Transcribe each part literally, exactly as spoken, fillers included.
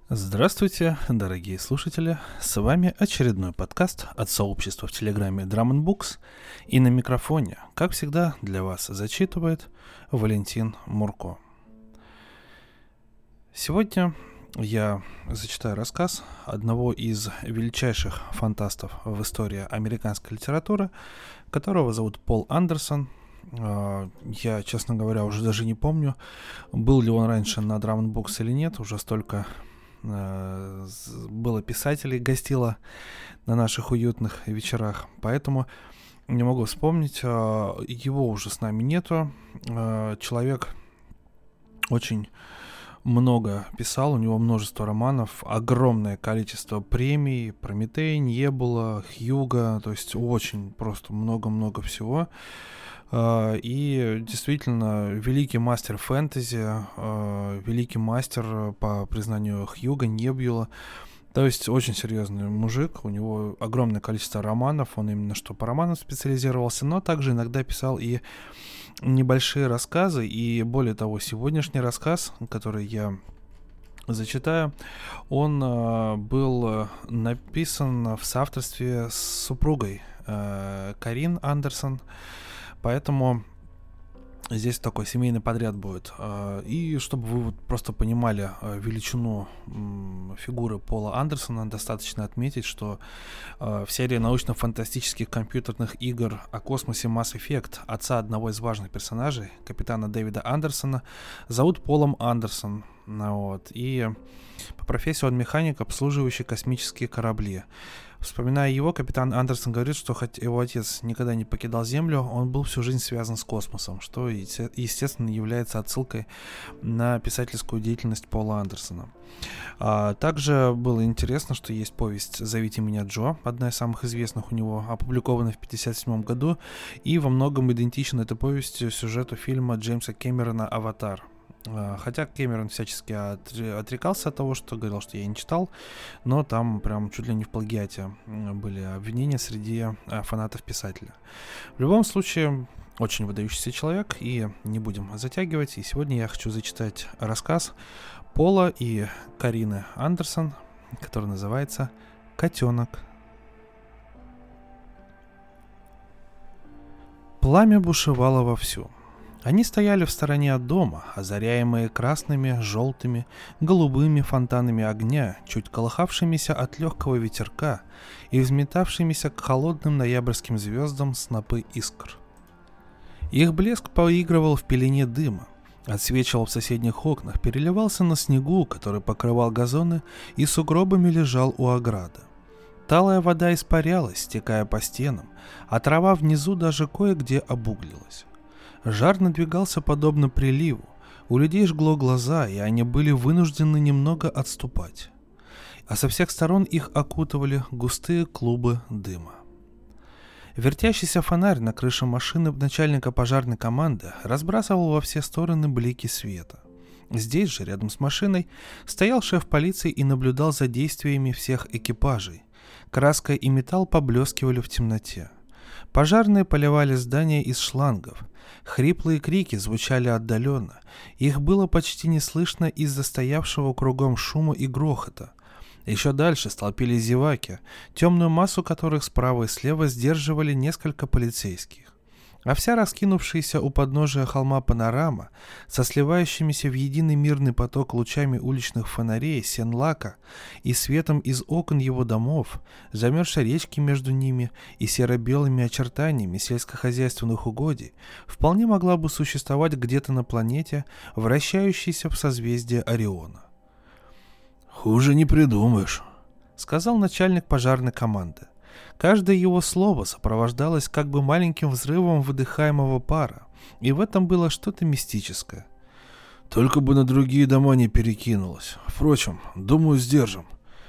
Здравствуйте, дорогие слушатели, с вами очередной подкаст от сообщества в Телеграме Drum and Books, и на микрофоне, как всегда, для вас зачитывает Валентин Мурко. Сегодня я зачитаю рассказ одного из величайших фантастов в истории американской литературы, которого зовут Пол Андерсон. Я, честно говоря, уже даже не помню, был ли он раньше на Drum and Books или нет, уже столько было писателей, гостило на наших уютных вечерах, поэтому не могу вспомнить. Его уже с нами нету. Человек очень много писал, у него множество романов, огромное количество премий, Прометей, Небула, Хьюго, то есть очень просто много-много всего. И действительно великий мастер фэнтези, великий мастер по признанию Хьюго, Небула. То есть очень серьезный мужик, у него огромное количество романов, он именно что по романам специализировался, но также иногда писал и небольшие рассказы. И более того, сегодняшний рассказ, который я зачитаю, он был написан в соавторстве с супругой Карин Андерсон. Поэтому здесь такой семейный подряд будет. И чтобы вы вот просто понимали величину фигуры Пола Андерсона, достаточно отметить, что в серии научно-фантастических компьютерных игр о космосе Mass Effect отца одного из важных персонажей, капитана Дэвида Андерсона, зовут Полом Андерсон. Вот. И по профессии он механик, обслуживающий космические корабли. Вспоминая его, капитан Андерсон говорит, что хоть его отец никогда не покидал Землю, он был всю жизнь связан с космосом, что, естественно, является отсылкой на писательскую деятельность Пола Андерсона. А также было интересно, что есть повесть «Зовите меня Джо», одна из самых известных у него, опубликованная в пятьдесят седьмом году, и во многом идентична эта повесть сюжету фильма Джеймса Кэмерона «Аватар». Хотя Кэмерон всячески отрекался от того, что говорил, что я не читал, но там прям чуть ли не в плагиате были обвинения среди фанатов писателя. В любом случае, очень выдающийся человек, и не будем затягивать. И сегодня я хочу зачитать рассказ Пола и Карины Андерсон, который называется «Котенок». Пламя бушевало вовсю. Они стояли в стороне от дома, озаряемые красными, желтыми, голубыми фонтанами огня, чуть колыхавшимися от легкого ветерка и взметавшимися к холодным ноябрьским звездам снопы искр. Их блеск поигрывал в пелене дыма, отсвечивал в соседних окнах, переливался на снегу, который покрывал газоны и сугробами лежал у ограды. Талая вода испарялась, стекая по стенам, а трава внизу даже кое-где обуглилась. Жар надвигался подобно приливу, у людей жгло глаза, и они были вынуждены немного отступать. А со всех сторон их окутывали густые клубы дыма. Вертящийся фонарь на крыше машины начальника пожарной команды разбрасывал во все стороны блики света. Здесь же, рядом с машиной, стоял шеф полиции и наблюдал за действиями всех экипажей. Краска и металл поблескивали в темноте. Пожарные поливали здания из шлангов. Хриплые крики звучали отдаленно. Их было почти не слышно из-за стоявшего кругом шума и грохота. Еще дальше столпились зеваки, темную массу которых справа и слева сдерживали несколько полицейских. А вся раскинувшаяся у подножия холма панорама, со сливающимися в единый мирный поток лучами уличных фонарей Сен-Лака и светом из окон его домов, замерзшей речки между ними и серо-белыми очертаниями сельскохозяйственных угодий, вполне могла бы существовать где-то на планете, вращающейся в созвездии Ориона. «Хуже не придумаешь», — сказал начальник пожарной команды. Каждое его слово сопровождалось как бы маленьким взрывом выдыхаемого пара, и в этом было что-то мистическое. «Только бы на другие дома не перекинулось. Впрочем, думаю, сдержим».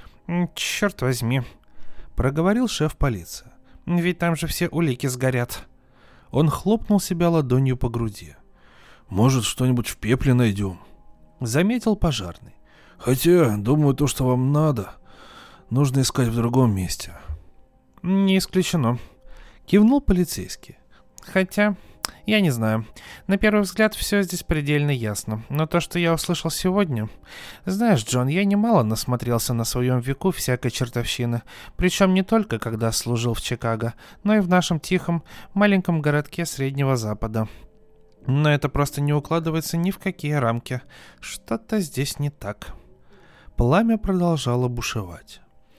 «Черт возьми», — проговорил шеф полиции. «Ведь там же все улики сгорят». Он хлопнул себя ладонью по груди. «Может, что-нибудь в пепле найдем», — заметил пожарный. «Хотя, думаю, то, что вам надо, нужно искать в другом месте». «Не исключено», — кивнул полицейский. «Хотя, я не знаю. На первый взгляд все здесь предельно ясно, но то, что я услышал сегодня... Знаешь, Джон, я немало насмотрелся на своем веку всякой чертовщины, причем не только когда служил в Чикаго, но и в нашем тихом, маленьком городке Среднего Запада. Но это просто не укладывается ни в какие рамки. Что-то здесь не так. Пламя продолжало бушевать.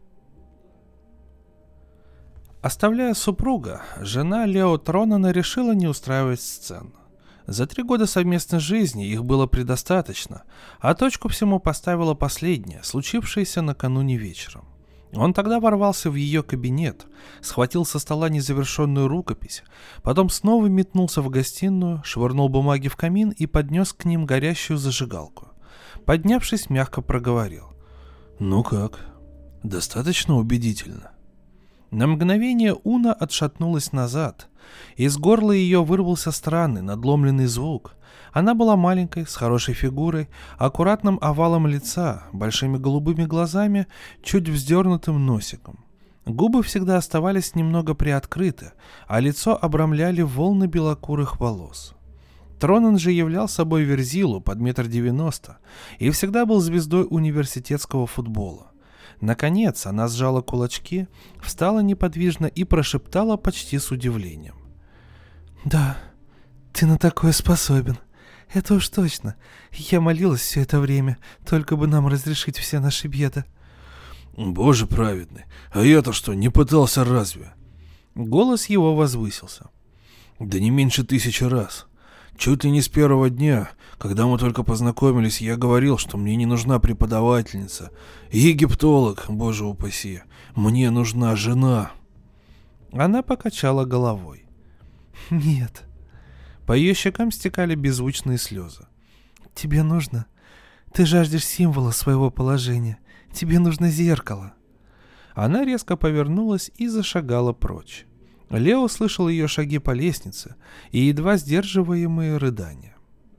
Оставляя супруга, жена Лео Тронана решила не устраивать сцен. За три года совместной жизни их было предостаточно, а точку всему поставила последняя, случившаяся накануне вечером. Он тогда ворвался в ее кабинет, схватил со стола незавершенную рукопись, потом снова метнулся в гостиную, швырнул бумаги в камин и поднес к ним горящую зажигалку. Поднявшись, мягко проговорил: «Ну как? Достаточно убедительно?» На мгновение Уна отшатнулась назад. Из горла ее вырвался странный, надломленный звук. Она была маленькой, с хорошей фигурой, аккуратным овалом лица, большими голубыми глазами, чуть вздернутым носиком. Губы всегда оставались немного приоткрыты, а лицо обрамляли волны белокурых волос. Тронан же являл собой верзилу под метр девяносто и всегда был звездой университетского футбола. Наконец она сжала кулачки, встала неподвижно и прошептала почти с удивлением: «Да, ты на такое способен. Это уж точно. Я молилась все это время, только бы нам разрешить все наши беды». «Боже праведный, а я-то что, не пытался разве?» Голос его возвысился. «Да не меньше тысячи раз. Чуть ли не с первого дня, когда мы только познакомились, я говорил, что мне не нужна преподавательница, египтолог, боже упаси, мне нужна жена». Она покачала головой. «Нет». По ее щекам стекали беззвучные слезы. «Тебе нужно? Ты жаждешь символа своего положения. Тебе нужно зеркало». Она резко повернулась и зашагала прочь. Лео слышал ее шаги по лестнице и едва сдерживаемые рыдания.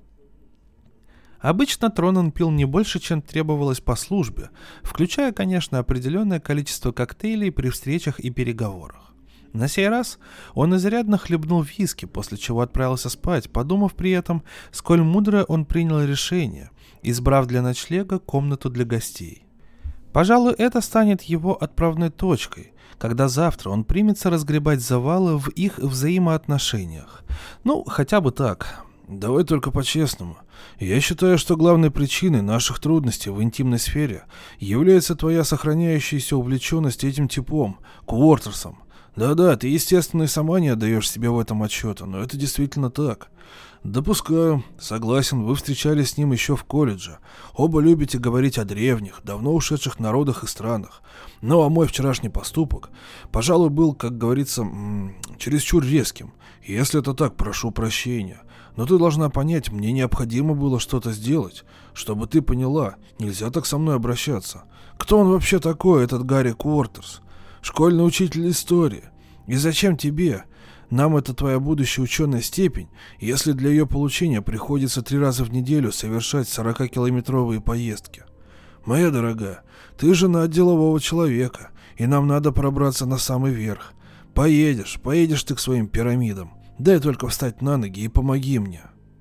Обычно Тронан пил не больше, чем требовалось по службе, включая, конечно, определенное количество коктейлей при встречах и переговорах. На сей раз он изрядно хлебнул виски, после чего отправился спать, подумав при этом, сколь мудро он принял решение, избрав для ночлега комнату для гостей. Пожалуй, это станет его отправной точкой, когда завтра он примется разгребать завалы в их взаимоотношениях. Ну, хотя бы так. «Давай только по-честному. Я считаю, что главной причиной наших трудностей в интимной сфере является твоя сохраняющаяся увлеченность этим типом, Куортерсом. Да-да, ты, естественно, и сама не отдаешь себе в этом отчета, но это действительно так. Допускаю, согласен, вы встречались с ним еще в колледже. Оба любите говорить о древних, давно ушедших народах и странах. Ну а мой вчерашний поступок, пожалуй, был, как говорится, м- чересчур резким. Если это так, прошу прощения. Но ты должна понять, мне необходимо было что-то сделать, чтобы ты поняла, нельзя так со мной обращаться. Кто он вообще такой, этот Гарри Куортерс? Школьный учитель истории. И зачем тебе? Нам это твоя будущая ученая степень, если для ее получения приходится три раза в неделю совершать сорокакилометровые поездки. Моя дорогая, ты жена делового человека, и нам надо пробраться на самый верх. Поедешь, поедешь ты к своим пирамидам. Дай только встать на ноги и помоги мне».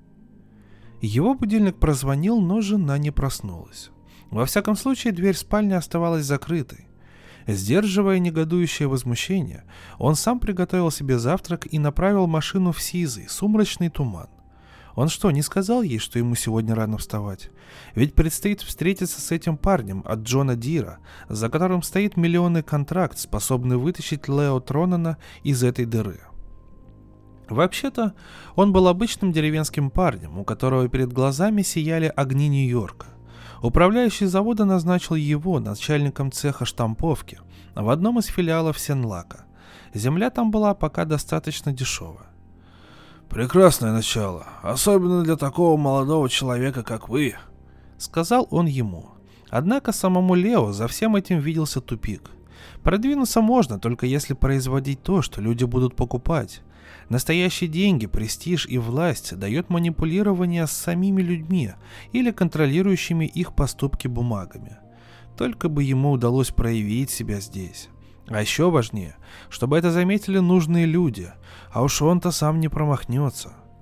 Его будильник прозвонил, но жена не проснулась. Во всяком случае, дверь спальни оставалась закрытой. Сдерживая негодующее возмущение, он сам приготовил себе завтрак и направил машину в сизый, сумрачный туман. Он что, не сказал ей, что ему сегодня рано вставать? Ведь предстоит встретиться с этим парнем от Джона Дира, за которым стоит миллионный контракт, способный вытащить Лео Тронана из этой дыры. Вообще-то, он был обычным деревенским парнем, у которого перед глазами сияли огни Нью-Йорка. Управляющий завода назначил его начальником цеха штамповки в одном из филиалов Сенлака. Земля там была пока достаточно дешевая. «Прекрасное начало, особенно для такого молодого человека, как вы», — сказал он ему. Однако самому Лео за всем этим виделся тупик. Продвинуться можно, только если производить то, что люди будут покупать. Настоящие деньги, престиж и власть дает манипулирование с самими людьми или контролирующими их поступки бумагами. Только бы ему удалось проявить себя здесь. А еще важнее, чтобы это заметили нужные люди, а уж он-то сам не промахнется.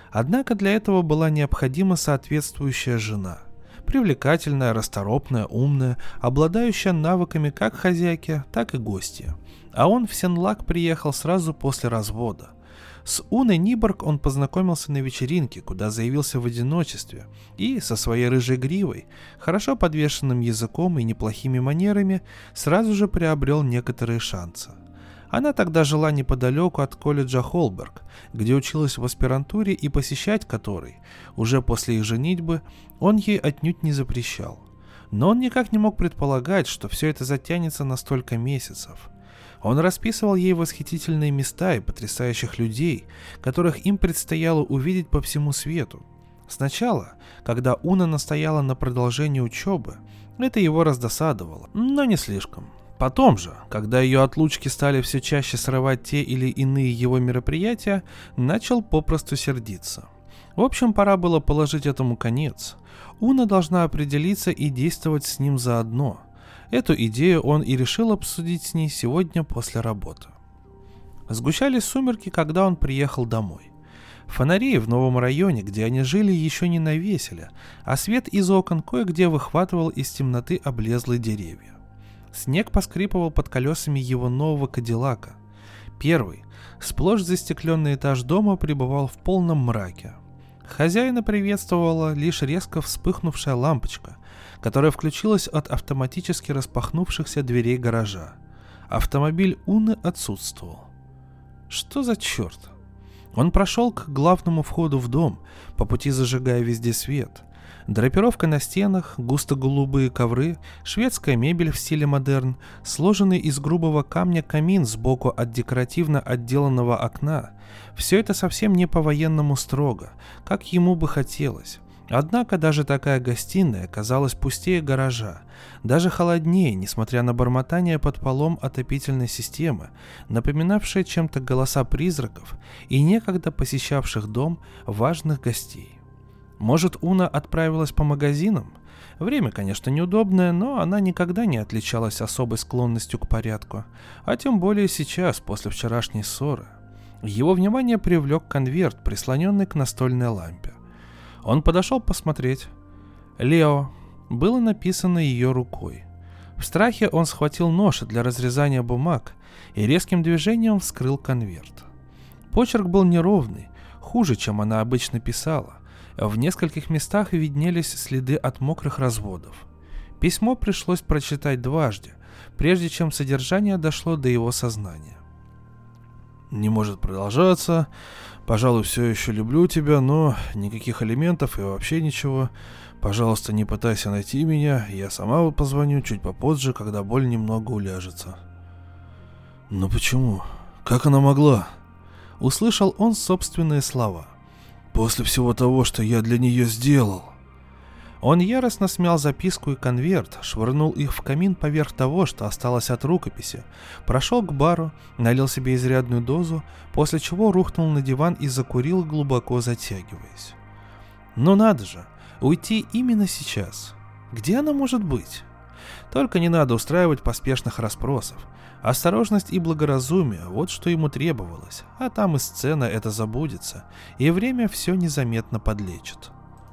Однако для этого была необходима соответствующая жена. Привлекательная, расторопная, умная, обладающая навыками как хозяйки, так и гостья. А он в Сенлак приехал сразу после развода. С Уной Ниборг он познакомился на вечеринке, куда заявился в одиночестве, и со своей рыжей гривой, хорошо подвешенным языком и неплохими манерами, сразу же приобрел некоторые шансы. Она тогда жила неподалеку от колледжа Холберг, где училась в аспирантуре и посещать который, уже после их женитьбы, он ей отнюдь не запрещал. Но он никак не мог предполагать, что все это затянется на столько месяцев. Он расписывал ей восхитительные места и потрясающих людей, которых им предстояло увидеть по всему свету. Сначала, когда Уна настояла на продолжении учебы, это его раздосадовало, но не слишком. Потом же, когда ее отлучки стали все чаще срывать те или иные его мероприятия, начал попросту сердиться. В общем, пора было положить этому конец. Уна должна определиться и действовать с ним заодно. Эту идею он и решил обсудить с ней сегодня после работы. Сгущались сумерки, когда он приехал домой. Фонари в новом районе, где они жили, еще не навесили, а свет из окон кое-где выхватывал из темноты облезлые деревья. Снег поскрипывал под колесами его нового кадиллака. Первый, сплошь застекленный этаж дома пребывал в полном мраке. Хозяина приветствовала лишь резко вспыхнувшая лампочка, которая включилась от автоматически распахнувшихся дверей гаража. Автомобиль Уны отсутствовал. Что за черт? Он прошел к главному входу в дом, по пути зажигая везде свет. Драпировка на стенах, густо-голубые ковры, шведская мебель в стиле модерн, сложенный из грубого камня камин сбоку от декоративно отделанного окна. Все это совсем не по-военному строго, как ему бы хотелось. Однако даже такая гостиная казалась пустее гаража, даже холоднее, несмотря на бормотание под полом отопительной системы, напоминавшие чем-то голоса призраков и некогда посещавших дом важных гостей. Может, Уна отправилась по магазинам? Время, конечно, неудобное, но она никогда не отличалась особой склонностью к порядку, а тем более сейчас, после вчерашней ссоры. Его внимание привлек конверт, прислоненный к настольной лампе. Он подошел посмотреть. «Лео» было написано ее рукой. В страхе он схватил нож для разрезания бумаг и резким движением вскрыл конверт. Почерк был неровный, хуже, чем она обычно писала. В нескольких местах виднелись следы от мокрых разводов. Письмо пришлось прочитать дважды, прежде чем содержание дошло до его сознания. «Не может продолжаться. Пожалуй, все еще люблю тебя, но никаких алиментов и вообще ничего. Пожалуйста, не пытайся найти меня, я сама позвоню чуть попозже, когда боль немного уляжется». «Но почему? Как она могла?» Услышал он собственные слова. «После всего того, что я для нее сделал». Он яростно смял записку и конверт, швырнул их в камин поверх того, что осталось от рукописи, прошел к бару, налил себе изрядную дозу, после чего рухнул на диван и закурил, глубоко затягиваясь. Но надо же, уйти именно сейчас. Где она может быть? Только не надо устраивать поспешных расспросов. Осторожность и благоразумие – вот что ему требовалось, а там и сцена это забудется, и время все незаметно подлечит.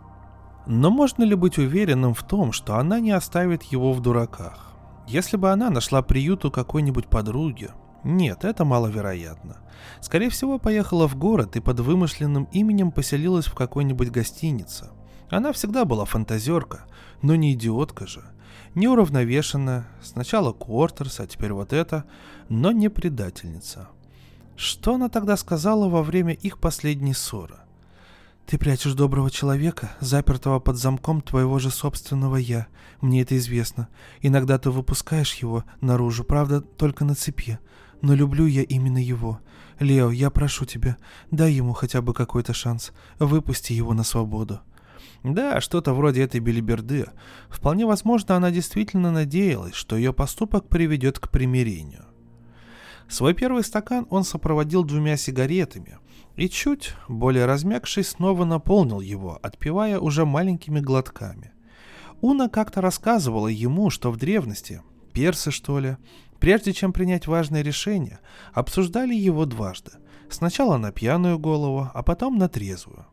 Но можно ли быть уверенным в том, что она не оставит его в дураках? Если бы она нашла приют у какой-нибудь подруги, нет, это маловероятно. Скорее всего, поехала в город и под вымышленным именем поселилась в какой-нибудь гостинице. Она всегда была фантазерка, но не идиотка же. Неуравновешенная, сначала Куортерс, а теперь вот это, но не предательница. Что она тогда сказала во время их последней ссоры? «Ты прячешь доброго человека, запертого под замком твоего же собственного «я». Мне это известно. Иногда ты выпускаешь его наружу, правда, только на цепи. Но люблю я именно его. Лео, я прошу тебя, дай ему хотя бы какой-то шанс. Выпусти его на свободу». Да, что-то вроде этой белиберды. Вполне возможно, она действительно надеялась, что ее поступок приведет к примирению. Свой первый стакан он сопроводил двумя сигаретами и, чуть более размягшись, снова наполнил его, отпивая уже маленькими глотками. Уна как-то рассказывала ему, что в древности, персы что ли, прежде чем принять важное решение, обсуждали его дважды. Сначала на пьяную голову, а потом на трезвую.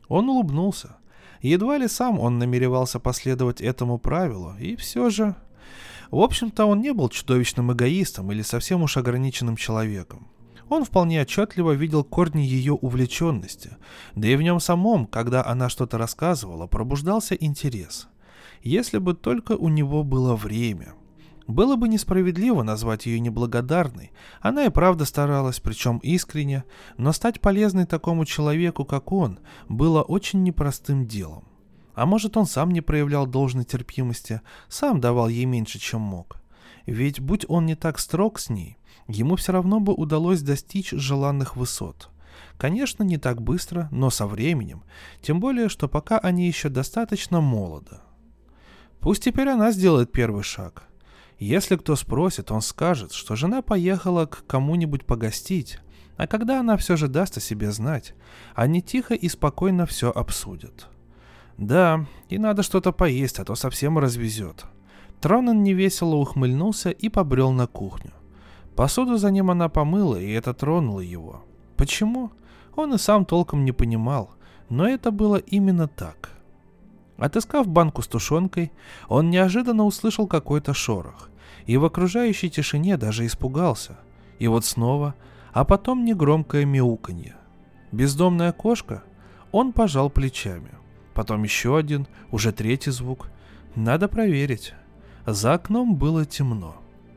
Он улыбнулся. Едва ли сам он намеревался последовать этому правилу, и все же... В общем-то, он не был чудовищным эгоистом или совсем уж ограниченным человеком. Он вполне отчетливо видел корни ее увлеченности, да и в нем самом, когда она что-то рассказывала, пробуждался интерес. Если бы только у него было время. Было бы несправедливо назвать ее неблагодарной, она и правда старалась, причем искренне, но стать полезной такому человеку, как он, было очень непростым делом. А может, он сам не проявлял должной терпимости, сам давал ей меньше, чем мог. Ведь, будь он не так строг с ней, ему все равно бы удалось достичь желанных высот. Конечно, не так быстро, но со временем, тем более, что пока они еще достаточно молоды. Пусть теперь она сделает первый шаг. Если кто спросит, он скажет, что жена поехала к кому-нибудь погостить, а когда она все же даст о себе знать, они тихо и спокойно все обсудят. Да, и надо что-то поесть, а то совсем развезет. Тронан невесело ухмыльнулся и побрел на кухню. Посуду за ним она помыла, и это тронуло его. Почему? Он и сам толком не понимал, но это было именно так. Отыскав банку с тушенкой, он неожиданно услышал какой-то шорох, и в окружающей тишине даже испугался. И вот снова, а потом негромкое мяуканье. Бездомная кошка? Он пожал плечами. Потом еще один, уже третий звук. Надо проверить. За окном было темно.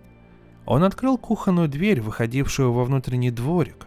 Он открыл кухонную дверь, выходившую во внутренний дворик.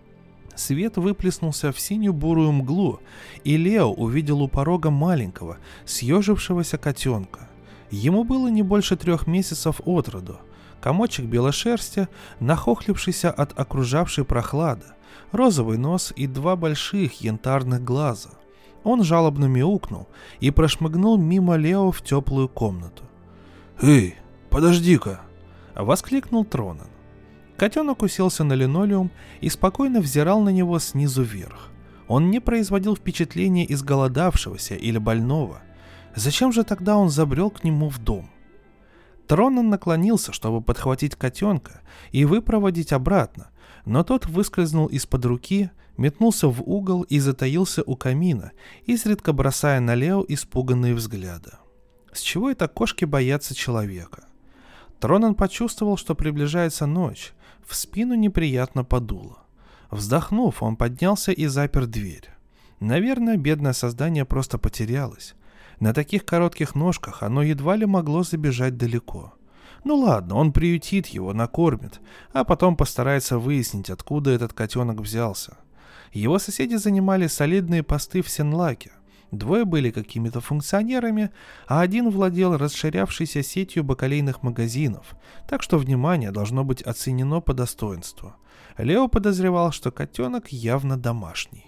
Свет выплеснулся в синюю-бурую мглу, и Лео увидел у порога маленького, съежившегося котенка. Ему было не больше трех месяцев от роду. Комочек белой шерсти, нахохлившийся от окружавшей прохлады, розовый нос и два больших янтарных глаза. Он жалобно мяукнул и прошмыгнул мимо Лео в теплую комнату. «Эй, подожди-ка!» — воскликнул Тронан. Котенок уселся на линолеум и спокойно взирал на него снизу вверх. Он не производил впечатления изголодавшегося или больного. Зачем же тогда он забрел к нему в дом? Тронан наклонился, чтобы подхватить котенка и выпроводить обратно, но тот выскользнул из-под руки, метнулся в угол и затаился у камина, изредка бросая на Лео испуганные взгляды. С чего это кошки боятся человека? Тронан почувствовал, что приближается ночь, в спину неприятно подуло. Вздохнув, он поднялся и запер дверь. Наверное, бедное создание просто потерялось. На таких коротких ножках оно едва ли могло забежать далеко. Ну ладно, он приютит его, накормит, а потом постарается выяснить, откуда этот котенок взялся. Его соседи занимали солидные посты в Сенлаке. Двое были какими-то функционерами, а один владел расширявшейся сетью бакалейных магазинов, так что внимание должно быть оценено по достоинству. Лео подозревал, что котенок явно домашний.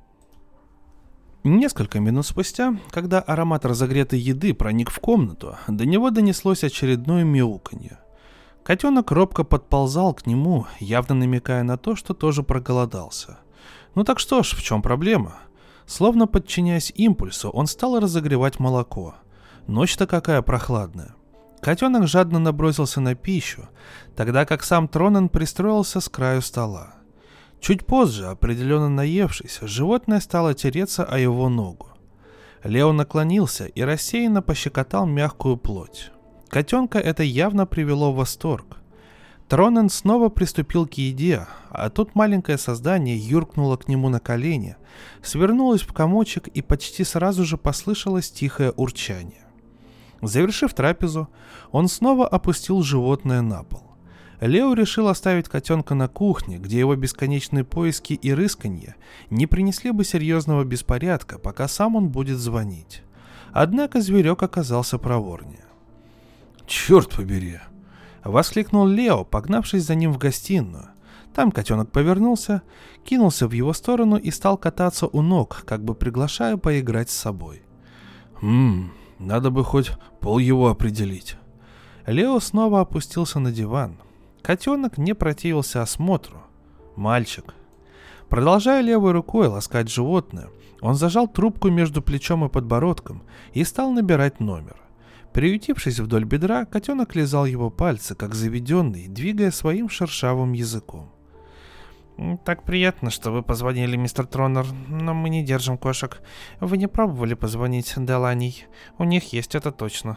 Несколько минут спустя, когда аромат разогретой еды проник в комнату, до него донеслось очередное мяуканье. Котенок робко подползал к нему, явно намекая на то, что тоже проголодался. Ну так что ж, в чем проблема? Словно подчиняясь импульсу, он стал разогревать молоко. Ночь-то какая прохладная. Котенок жадно набросился на пищу, тогда как сам Тронан пристроился с краю стола. Чуть позже, определенно наевшись, животное стало тереться о его ногу. Лео наклонился и рассеянно пощекотал мягкую плоть. Котенка это явно привело в восторг. Тронан снова приступил к еде, а тут маленькое создание юркнуло к нему на колени, свернулось в комочек и почти сразу же послышалось тихое урчание. Завершив трапезу, он снова опустил животное на пол. Лео решил оставить котенка на кухне, где его бесконечные поиски и рысканье не принесли бы серьезного беспорядка, пока сам он будет звонить. Однако зверек оказался проворнее. «Черт побери!» — воскликнул Лео, погнавшись за ним в гостиную. Там котенок повернулся, кинулся в его сторону и стал кататься у ног, как бы приглашая поиграть с собой. «Ммм, надо бы хоть пол его определить». Лео снова опустился на диван. Котенок не противился осмотру. Мальчик. Продолжая левой рукой ласкать животное, он зажал трубку между плечом и подбородком и стал набирать номер. Приютившись вдоль бедра, котенок лизал его пальцы, как заведенный, двигая своим шершавым языком. Так приятно, что вы позвонили, мистер Тронер, но мы не держим кошек. Вы не пробовали позвонить Делани? У них есть, это точно.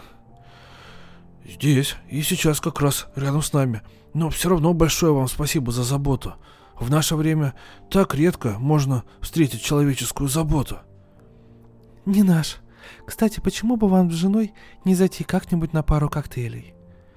Здесь и сейчас как раз рядом с нами. Но все равно большое вам спасибо за заботу. В наше время так редко можно встретить человеческую заботу. Не наш. Кстати, почему бы вам с женой не зайти как-нибудь на пару коктейлей?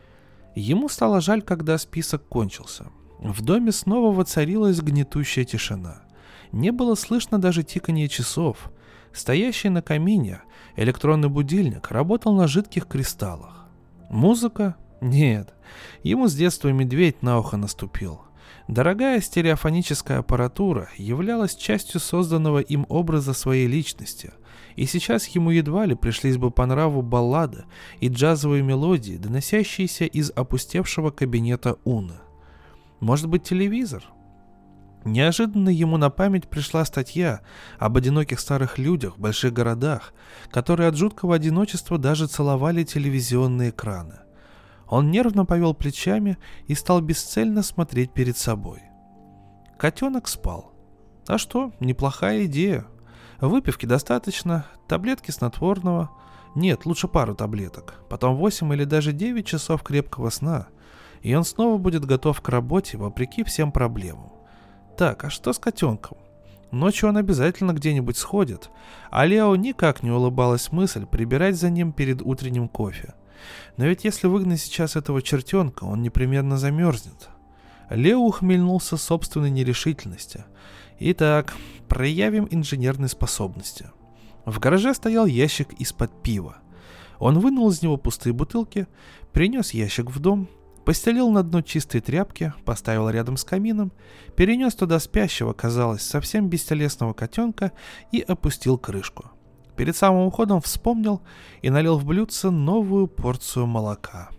Ему стало жаль, когда список кончился. В доме снова воцарилась гнетущая тишина. Не было слышно даже тиканья часов. Стоящий на камине электронный будильник работал на жидких кристаллах. Музыка? Нет. Ему с детства медведь на ухо наступил. Дорогая стереофоническая аппаратура являлась частью созданного им образа своей личности, и сейчас ему едва ли пришлись бы по нраву баллады и джазовые мелодии, доносящиеся из опустевшего кабинета Уны. Может быть, телевизор? Неожиданно ему на память пришла статья об одиноких старых людях в больших городах, которые от жуткого одиночества даже целовали телевизионные экраны. Он нервно повел плечами и стал бесцельно смотреть перед собой. Котенок спал. А что, неплохая идея. Выпивки достаточно, таблетки снотворного. Нет, лучше пару таблеток. Потом восемь или даже девять часов крепкого сна. И он снова будет готов к работе, вопреки всем проблемам. Так, а что с котенком? Ночью он обязательно где-нибудь сходит, а Лео никак не улыбалась мысль прибирать за ним перед утренним кофе. Но ведь если выгнать сейчас этого чертенка, он непременно замерзнет. Лео ухмыльнулся собственной нерешительности. Итак, проявим инженерные способности. В гараже стоял ящик из-под пива. Он вынул из него пустые бутылки, принес ящик в дом, постелил на дно чистые тряпки, поставил рядом с камином, перенес туда спящего, казалось, совсем бестелесного котенка и опустил крышку. Перед самым уходом вспомнил и налил в блюдце новую порцию молока.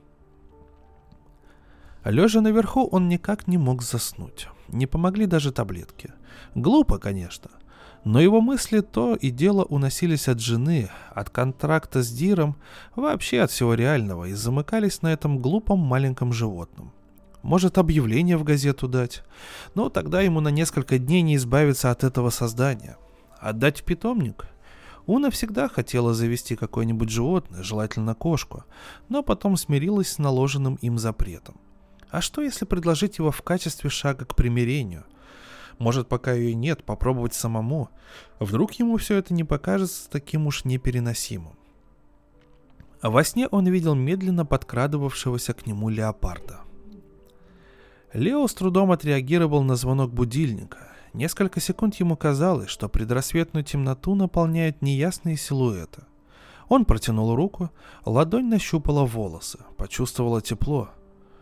Лежа наверху, он никак не мог заснуть. Не помогли даже таблетки. Глупо, конечно. Но его мысли то и дело уносились от жены, от контракта с Диром, вообще от всего реального, и замыкались на этом глупом маленьком животном. Может, объявление в газету дать? Но тогда ему на несколько дней не избавиться от этого создания. Отдать в питомник? Уна всегда хотела завести какое-нибудь животное, желательно кошку, но потом смирилась с наложенным им запретом. А что, если предложить его в качестве шага к примирению? Может, пока ее нет, попробовать самому? Вдруг ему все это не покажется таким уж непереносимым? А во сне он видел медленно подкрадывавшегося к нему леопарда. Лео с трудом отреагировал на звонок будильника. Несколько секунд ему казалось, что предрассветную темноту наполняют неясные силуэты. Он протянул руку, ладонь нащупала волосы, почувствовала тепло.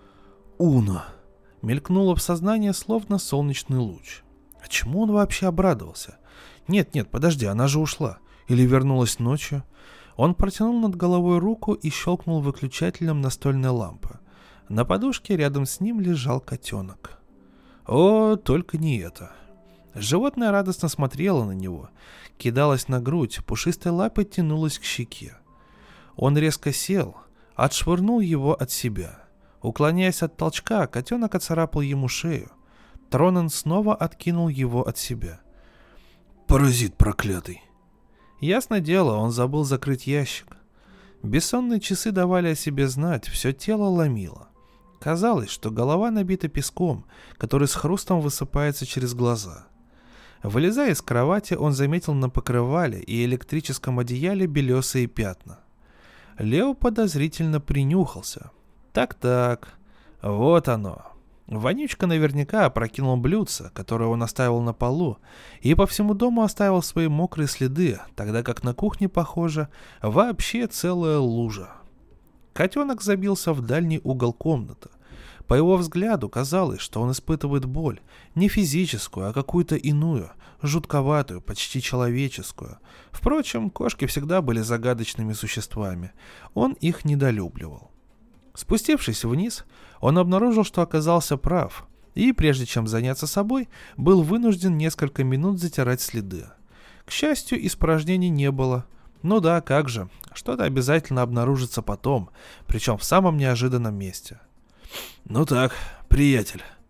«Уна!» мелькнуло в сознании, словно солнечный луч. А чему он вообще обрадовался? Нет-нет, подожди, она же ушла. Или вернулась ночью? Он протянул над головой руку и щелкнул выключателем настольной лампы. На подушке рядом с ним лежал котенок. О, только не это. Животное радостно смотрело на него, кидалось на грудь, пушистой лапой тянулось к щеке. Он резко сел, отшвырнул его от себя. Уклоняясь от толчка, котенок оцарапал ему шею. Тронен снова откинул его от себя. «Паразит проклятый!» Ясно дело, он забыл закрыть ящик. Бессонные часы давали о себе знать, все тело ломило. Казалось, что голова набита песком, который с хрустом высыпается через глаза. Вылезая из кровати, он заметил на покрывале и электрическом одеяле белесые пятна. Лео подозрительно принюхался. Так-так, вот оно. Вонючка наверняка опрокинул блюдце, которое он оставил на полу, и по всему дому оставил свои мокрые следы, тогда как на кухне, похоже, вообще целая лужа. Котенок забился в дальний угол комнаты. По его взгляду казалось, что он испытывает боль, не физическую, а какую-то иную, жутковатую, почти человеческую. Впрочем, кошки всегда были загадочными существами, он их недолюбливал. Спустившись вниз, он обнаружил, что оказался прав, и, прежде чем заняться собой, был вынужден несколько минут затирать следы. К счастью, испражнений не было. Ну да, как же, что-то обязательно обнаружится потом, причем в самом неожиданном месте. «Ну так, приятель»,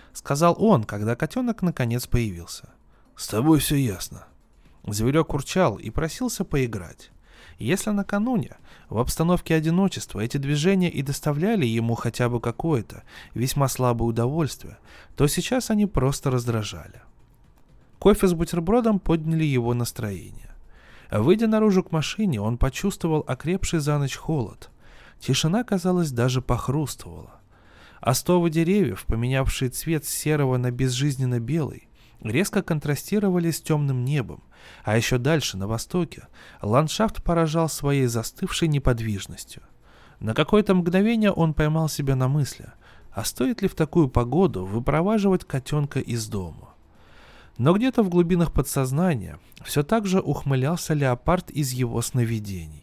— сказал он, когда котенок наконец появился. «С тобой все ясно». Зверек урчал и просился поиграть. Если накануне, в обстановке одиночества, эти движения и доставляли ему хотя бы какое-то весьма слабое удовольствие, то сейчас они просто раздражали. Кофе с бутербродом подняли его настроение. Выйдя наружу к машине, он почувствовал окрепший за ночь холод. Тишина, казалось, даже похрустывала. Остовы деревьев, поменявшие цвет с серого на безжизненно белый, резко контрастировали с темным небом, а еще дальше, на востоке, ландшафт поражал своей застывшей неподвижностью. На какое-то мгновение он поймал себя на мысли, а стоит ли в такую погоду выпроваживать котенка из дома? Но где-то в глубинах подсознания все так же ухмылялся леопард из его сновидений.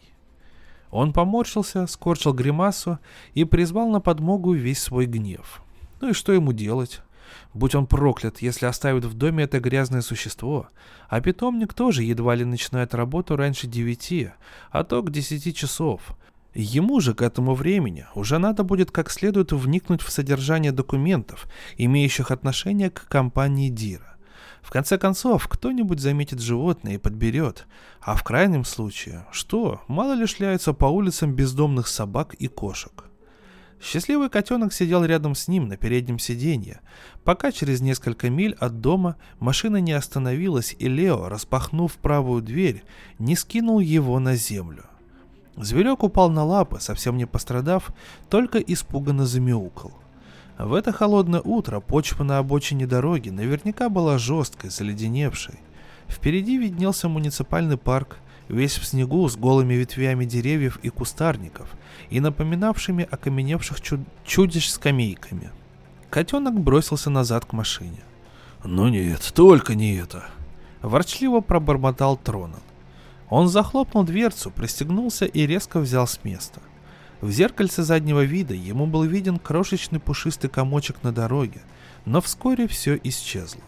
Он поморщился, скорчил гримасу и призвал на подмогу весь свой гнев. Ну и что ему делать? Будь он проклят, если оставит в доме это грязное существо, а питомник тоже едва ли начинает работу раньше девяти, а то к десяти часов. Ему же к этому времени уже надо будет как следует вникнуть в содержание документов, имеющих отношение к компании Дира. В конце концов, кто-нибудь заметит животное и подберет, а в крайнем случае, что, мало ли шляются по улицам бездомных собак и кошек. Счастливый котенок сидел рядом с ним на переднем сиденье, пока через несколько миль от дома машина не остановилась и Лео, распахнув правую дверь, не скинул его на землю. Зверек упал на лапы, совсем не пострадав, только испуганно замяукал. В это холодное утро почва на обочине дороги наверняка была жесткой, заледеневшей. Впереди виднелся муниципальный парк, весь в снегу с голыми ветвями деревьев и кустарников и напоминавшими окаменевших чуд- чудищ скамейками. Котенок бросился назад к машине. «Ну нет, только не это!» — ворчливо пробормотал Тронан. Он захлопнул дверцу, пристегнулся и резко взял с места. В зеркальце заднего вида ему был виден крошечный пушистый комочек на дороге, но вскоре все исчезло.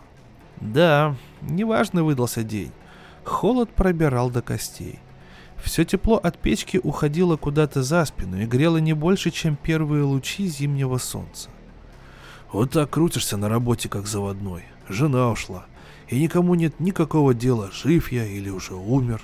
Да, неважный выдался день. Холод пробирал до костей. Все тепло от печки уходило куда-то за спину и грело не больше, чем первые лучи зимнего солнца. «Вот так крутишься на работе, как заводной. Жена ушла, и никому нет никакого дела, жив я или уже умер».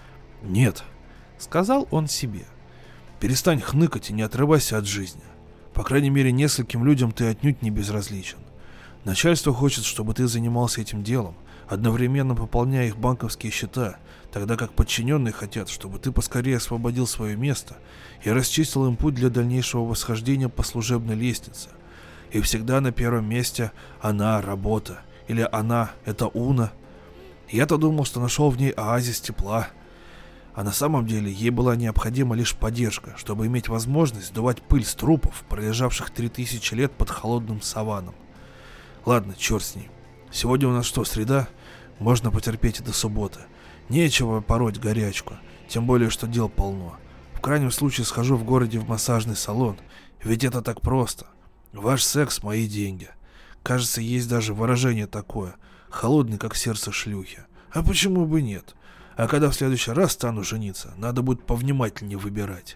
«Нет», — сказал он себе. «Перестань хныкать и не отрывайся от жизни. По крайней мере, нескольким людям ты отнюдь не безразличен. Начальство хочет, чтобы ты занимался этим делом, одновременно пополняя их банковские счета, тогда как подчиненные хотят, чтобы ты поскорее освободил свое место и расчистил им путь для дальнейшего восхождения по служебной лестнице. И всегда на первом месте она, работа, или она, это Уна. Я-то думал, что нашел в ней оазис тепла. А на самом деле ей была необходима лишь поддержка, чтобы иметь возможность сдувать пыль с трупов, пролежавших три тысячи лет под холодным саваном. Ладно, черт с ней. Сегодня у нас что, среда? Можно потерпеть и до субботы. Нечего пороть горячку, тем более, что дел полно. В крайнем случае схожу в городе в массажный салон, ведь это так просто. Ваш секс – мои деньги. Кажется, есть даже выражение такое, холодный, как сердце шлюхи. А почему бы нет? А когда в следующий раз стану жениться, надо будет повнимательнее выбирать.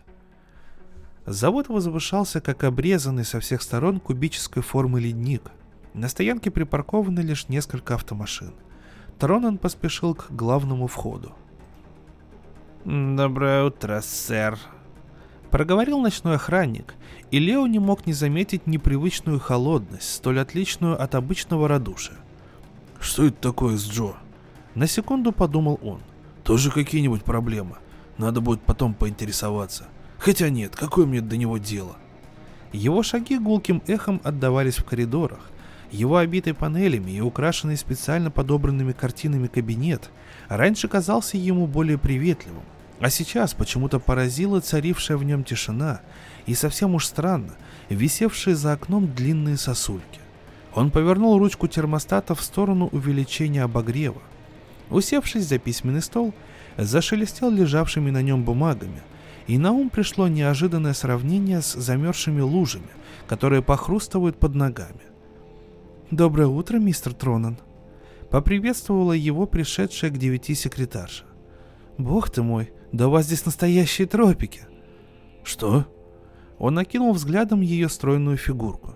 Завод возвышался, как обрезанный со всех сторон кубической формы ледник. На стоянке припаркованы лишь несколько автомашин. Тронан поспешил к главному входу. «Доброе утро, сэр», — проговорил ночной охранник, и Лео не мог не заметить непривычную холодность, столь отличную от обычного радушия. «Что это такое с Джо?» — на секунду подумал он. «Тоже какие-нибудь проблемы? Надо будет потом поинтересоваться. Хотя нет, какое мне до него дело?» Его шаги гулким эхом отдавались в коридорах. Его обитый панелями и украшенный специально подобранными картинами кабинет раньше казался ему более приветливым, а сейчас почему-то поразила царившая в нем тишина и совсем уж странно висевшие за окном длинные сосульки. Он повернул ручку термостата в сторону увеличения обогрева. Усевшись за письменный стол, зашелестел лежавшими на нем бумагами, и на ум пришло неожиданное сравнение с замерзшими лужами, которые похрустывают под ногами. «Доброе утро, мистер Тронан», — поприветствовала его пришедшая к девяти секретарша. «Бог ты мой, да у вас здесь настоящие тропики!» «Что?» Он окинул взглядом ее стройную фигурку.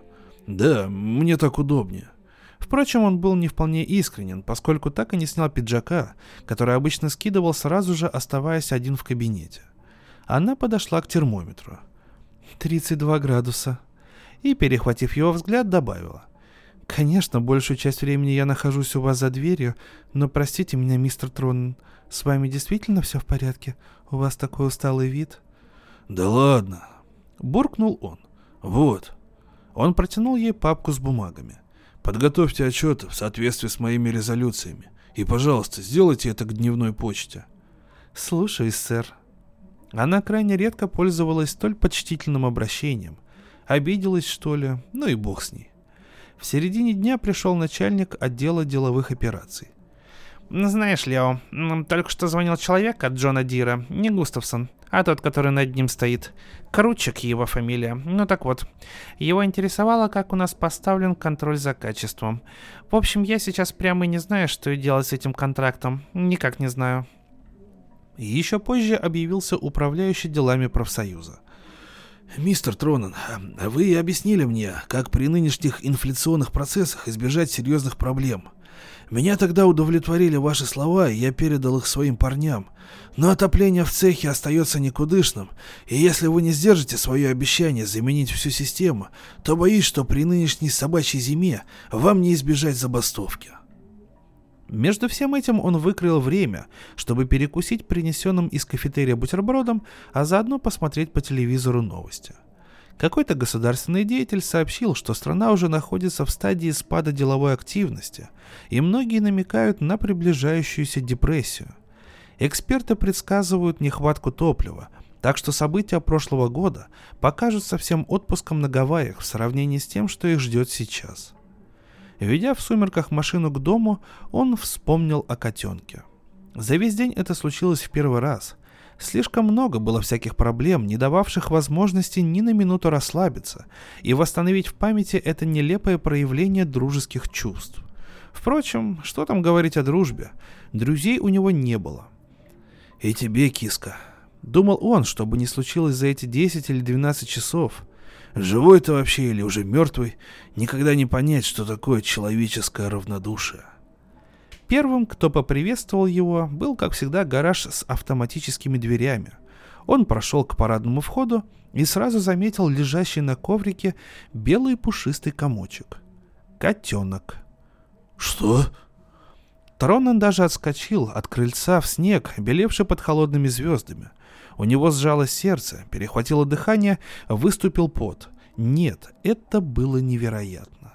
Да, мне так удобнее. Впрочем, он был не вполне искренен, поскольку так и не снял пиджака, который обычно скидывал сразу же, оставаясь один в кабинете. Она подошла к термометру. тридцать два градуса. И, перехватив его взгляд, добавила. «Конечно, большую часть времени я нахожусь у вас за дверью, но простите меня, мистер Тронан, с вами действительно все в порядке? У вас такой усталый вид?» «Да ладно», — буркнул он. «Вот». Он протянул ей папку с бумагами. «Подготовьте отчеты в соответствии с моими резолюциями. И, пожалуйста, сделайте это к дневной почте». «Слушаюсь, сэр». Она крайне редко пользовалась столь почтительным обращением. Обиделась, что ли? Ну и бог с ней. В середине дня пришел начальник отдела деловых операций. «Знаешь, Лео, только что звонил человек от Джона Дира, не Густавсон, а тот, который над ним стоит. Крутчик его фамилия. Ну так вот, его интересовало, как у нас поставлен контроль за качеством. В общем, я сейчас прямо и не знаю, что делать с этим контрактом. Никак не знаю». И еще позже объявился управляющий делами профсоюза. «Мистер Тронан, вы объяснили мне, как при нынешних инфляционных процессах избежать серьезных проблем. Меня тогда удовлетворили ваши слова, и я передал их своим парням. Но отопление в цехе остается никудышным, и если вы не сдержите свое обещание заменить всю систему, то боюсь, что при нынешней собачьей зиме вам не избежать забастовки». Между всем этим он выкроил время, чтобы перекусить принесенным из кафетерия бутербродом, а заодно посмотреть по телевизору новости. Какой-то государственный деятель сообщил, что страна уже находится в стадии спада деловой активности, и многие намекают на приближающуюся депрессию. Эксперты предсказывают нехватку топлива, так что события прошлого года покажутся всем отпуском на Гавайях в сравнении с тем, что их ждет сейчас. Ведя в сумерках машину к дому, он вспомнил о котенке. За весь день это случилось в первый раз. Слишком много было всяких проблем, не дававших возможности ни на минуту расслабиться и восстановить в памяти это нелепое проявление дружеских чувств. Впрочем, что там говорить о дружбе? Друзей у него не было. «И тебе, киска», — думал он, что бы ни случилось за эти десять или двенадцать часов. «Живой ты вообще или уже мертвый, никогда не понять, что такое человеческое равнодушие». Первым, кто поприветствовал его, был, как всегда, гараж с автоматическими дверями. Он прошел к парадному входу и сразу заметил лежащий на коврике белый пушистый комочек. Котенок. «Что?» Тронан даже отскочил от крыльца в снег, белевший под холодными звездами. У него сжалось сердце, перехватило дыхание, выступил пот. Нет, это было невероятно.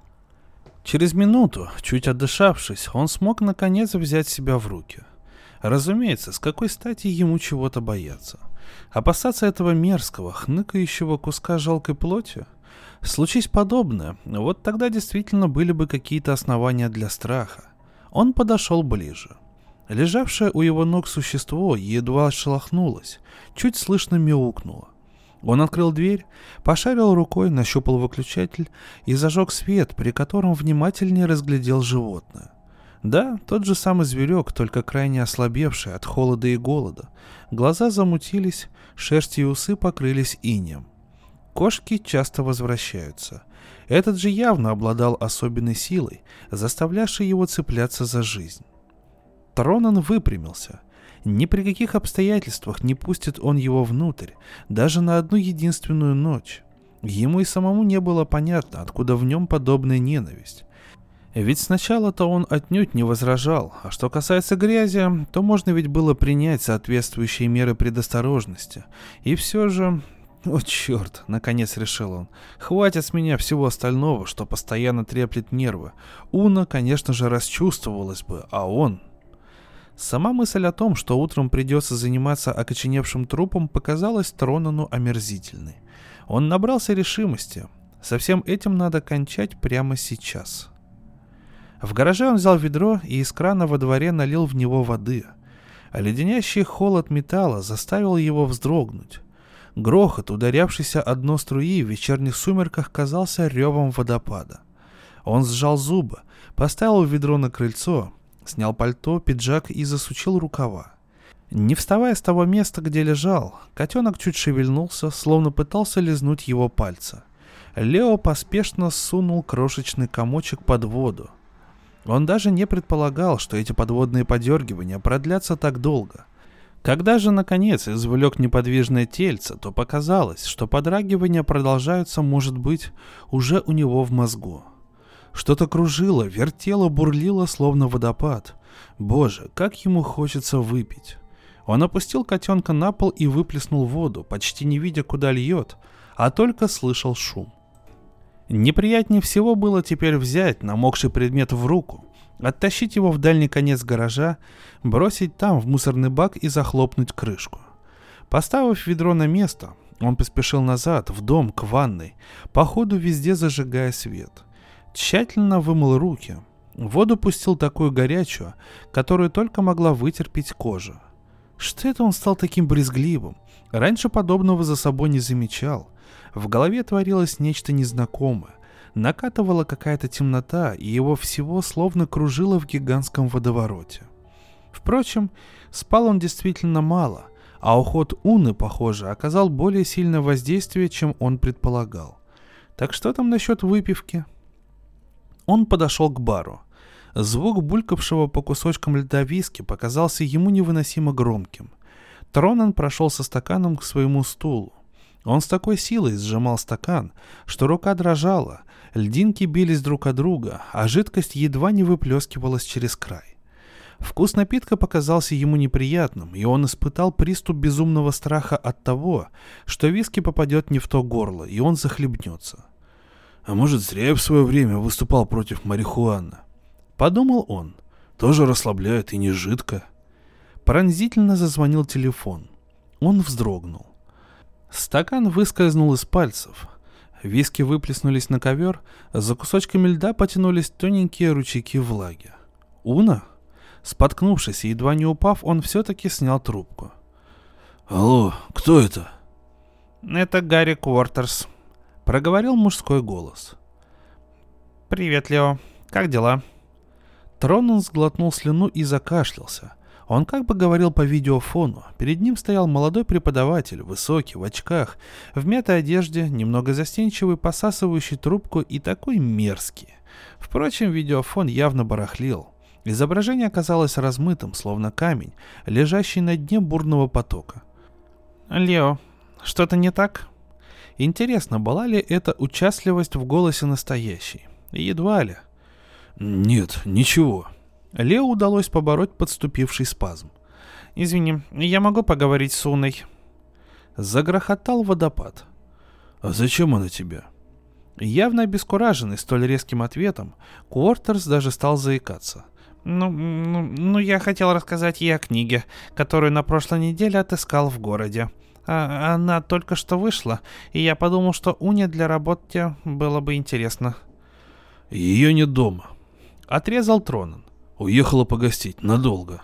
Через минуту, чуть отдышавшись, он смог наконец взять себя в руки. Разумеется, с какой стати ему чего-то бояться? Опасаться этого мерзкого, хныкающего куска жалкой плоти? Случись подобное, вот тогда действительно были бы какие-то основания для страха. Он подошел ближе. Лежавшее у его ног существо едва шелохнулось, чуть слышно мяукнуло. Он открыл дверь, пошарил рукой, нащупал выключатель и зажег свет, при котором внимательнее разглядел животное. Да, тот же самый зверек, только крайне ослабевший от холода и голода. Глаза замутились, шерсть и усы покрылись инеем. Кошки часто возвращаются. Этот же явно обладал особенной силой, заставлявшей его цепляться за жизнь. Тронан выпрямился. Ни при каких обстоятельствах не пустит он его внутрь, даже на одну единственную ночь. Ему и самому не было понятно, откуда в нем подобная ненависть. Ведь сначала-то он отнюдь не возражал, а что касается грязи, то можно ведь было принять соответствующие меры предосторожности. И все же... «О, черт!» — наконец решил он. «Хватит с меня всего остального, что постоянно треплет нервы. Уна, конечно же, расчувствовалась бы, а он...» Сама мысль о том, что утром придется заниматься окоченевшим трупом, показалась Тронану омерзительной. Он набрался решимости. Со всем этим надо кончать прямо сейчас. В гараже он взял ведро и из крана во дворе налил в него воды. А леденящий холод металла заставил его вздрогнуть. Грохот, ударявшийся о дно струи в вечерних сумерках, казался ревом водопада. Он сжал зубы, поставил ведро на крыльцо, снял пальто, пиджак и засучил рукава. Не вставая с того места, где лежал, котенок чуть шевельнулся, словно пытался лизнуть его пальцы. Лео поспешно сунул крошечный комочек под воду. Он даже не предполагал, что эти подводные подергивания продлятся так долго. Когда же, наконец, извлек неподвижное тельце, то показалось, что подрагивания продолжаются, может быть, уже у него в мозгу. Что-то кружило, вертело, бурлило, словно водопад. Боже, как ему хочется выпить. Он опустил котенка на пол и выплеснул воду, почти не видя, куда льет, а только слышал шум. Неприятнее всего было теперь взять намокший предмет в руку, оттащить его в дальний конец гаража, бросить там в мусорный бак и захлопнуть крышку. Поставив ведро на место, он поспешил назад, в дом, к ванной, по ходу везде зажигая свет. Тщательно вымыл руки. Воду пустил такую горячую, которую только могла вытерпеть кожа. Что это он стал таким брезгливым? Раньше подобного за собой не замечал. В голове творилось нечто незнакомое. Накатывала какая-то темнота, и его всего словно кружило в гигантском водовороте. Впрочем, спал он действительно мало, а уход Уны, похоже, оказал более сильное воздействие, чем он предполагал. Так что там насчет выпивки? Он подошел к бару. Звук булькавшего по кусочкам льда виски показался ему невыносимо громким. Тронан прошел со стаканом к своему стулу. Он с такой силой сжимал стакан, что рука дрожала, льдинки бились друг о друга, а жидкость едва не выплескивалась через край. Вкус напитка показался ему неприятным, и он испытал приступ безумного страха от того, что виски попадет не в то горло, и он захлебнется. «А может, зря я в свое время выступал против марихуаны?» — подумал он. «Тоже расслабляет и не жидко». Пронзительно зазвонил телефон. Он вздрогнул. Стакан выскользнул из пальцев. Виски выплеснулись на ковер, за кусочками льда потянулись тоненькие ручейки влаги. «Уна?» Споткнувшись и едва не упав, он все-таки снял трубку. «Алло, кто это?» «Это Гарри Квортерс», — проговорил мужской голос. «Привет, Лео. Как дела?» Тронан сглотнул слюну и закашлялся. Он как бы говорил по видеофону. Перед ним стоял молодой преподаватель, высокий, в очках, в мятой одежде, немного застенчивый, посасывающий трубку и такой мерзкий. Впрочем, видеофон явно барахлил. Изображение оказалось размытым, словно камень, лежащий на дне бурного потока. «Лео, что-то не так?» Интересно, была ли эта участливость в голосе настоящей? Едва ли. «Нет, ничего». Лео удалось побороть подступивший спазм. «Извини, я могу поговорить с Уной?» Загрохотал водопад. «А зачем она тебе?» Явно обескураженный столь резким ответом, Квортерс даже стал заикаться. Ну, ну, ну, я хотел рассказать ей о книге, которую на прошлой неделе отыскал в городе. А, она только что вышла, и я подумал, что Уне для работы было бы интересно». «Ее нет дома», — отрезал Тронан. «Уехала погостить надолго».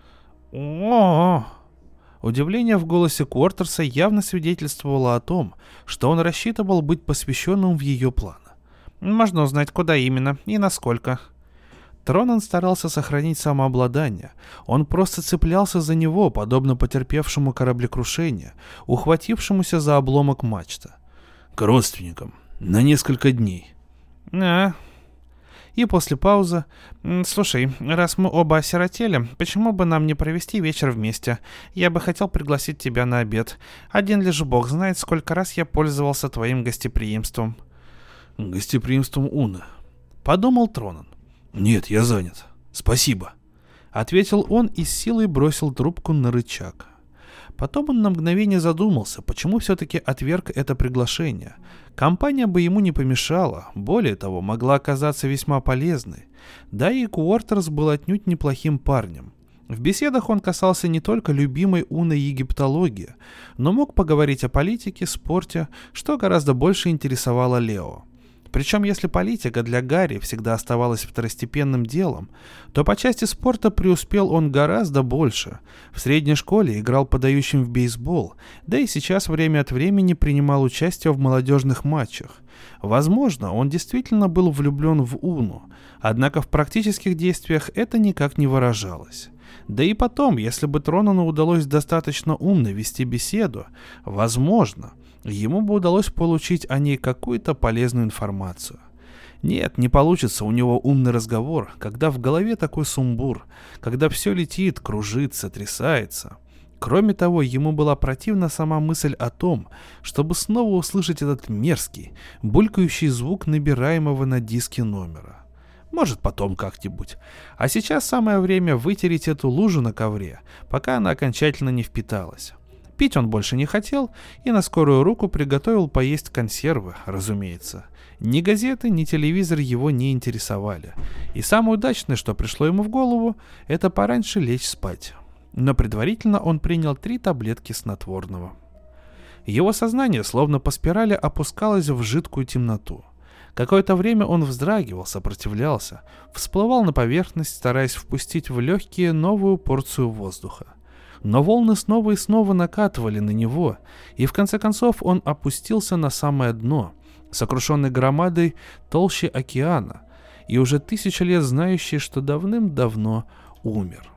О-о-о! Удивление в голосе Квортерса явно свидетельствовало о том, что он рассчитывал быть посвященным в ее планы. «Можно узнать, куда именно и насколько». Тронан старался сохранить самообладание. Он просто цеплялся за него, подобно потерпевшему кораблекрушение, ухватившемуся за обломок мачты. «К родственникам. На несколько дней». «А...» И после паузы: «Слушай, раз мы оба осиротели, почему бы нам не провести вечер вместе? Я бы хотел пригласить тебя на обед. Один лишь бог знает, сколько раз я пользовался твоим гостеприимством». «Гостеприимством Уны», — подумал Тронан. «Нет, я занят. Спасибо», — ответил он и с силой бросил трубку на рычаг. Потом он на мгновение задумался, почему все-таки отверг это приглашение. Компания бы ему не помешала, более того, могла оказаться весьма полезной. Да и Квортерс был отнюдь неплохим парнем. В беседах он касался не только любимой Уной египтологии, но мог поговорить о политике, спорте, что гораздо больше интересовало Лео. Причем, если политика для Гарри всегда оставалась второстепенным делом, то по части спорта преуспел он гораздо больше. В средней школе играл подающим в бейсбол, да и сейчас время от времени принимал участие в молодежных матчах. Возможно, он действительно был влюблен в Уну, однако в практических действиях это никак не выражалось. Да и потом, если бы Тронану удалось достаточно умно вести беседу, возможно, ему бы удалось получить о ней какую-то полезную информацию. Нет, не получится у него умный разговор, когда в голове такой сумбур, когда все летит, кружится, трясается. Кроме того, ему была противна сама мысль о том, чтобы снова услышать этот мерзкий, булькающий звук набираемого на диске номера. Может, потом как-нибудь. А сейчас самое время вытереть эту лужу на ковре, пока она окончательно не впиталась. Пить он больше не хотел и на скорую руку приготовил поесть консервы, разумеется. Ни газеты, ни телевизор его не интересовали. И самое удачное, что пришло ему в голову, это пораньше лечь спать. Но предварительно он принял три таблетки снотворного. Его сознание словно по спирали опускалось в жидкую темноту. Какое-то время он вздрагивал, сопротивлялся, всплывал на поверхность, стараясь впустить в легкие новую порцию воздуха. Но волны снова и снова накатывали на него, и в конце концов он опустился на самое дно, сокрушенной громадой толщи океана, и уже тысячи лет знающий, что давным-давно умер.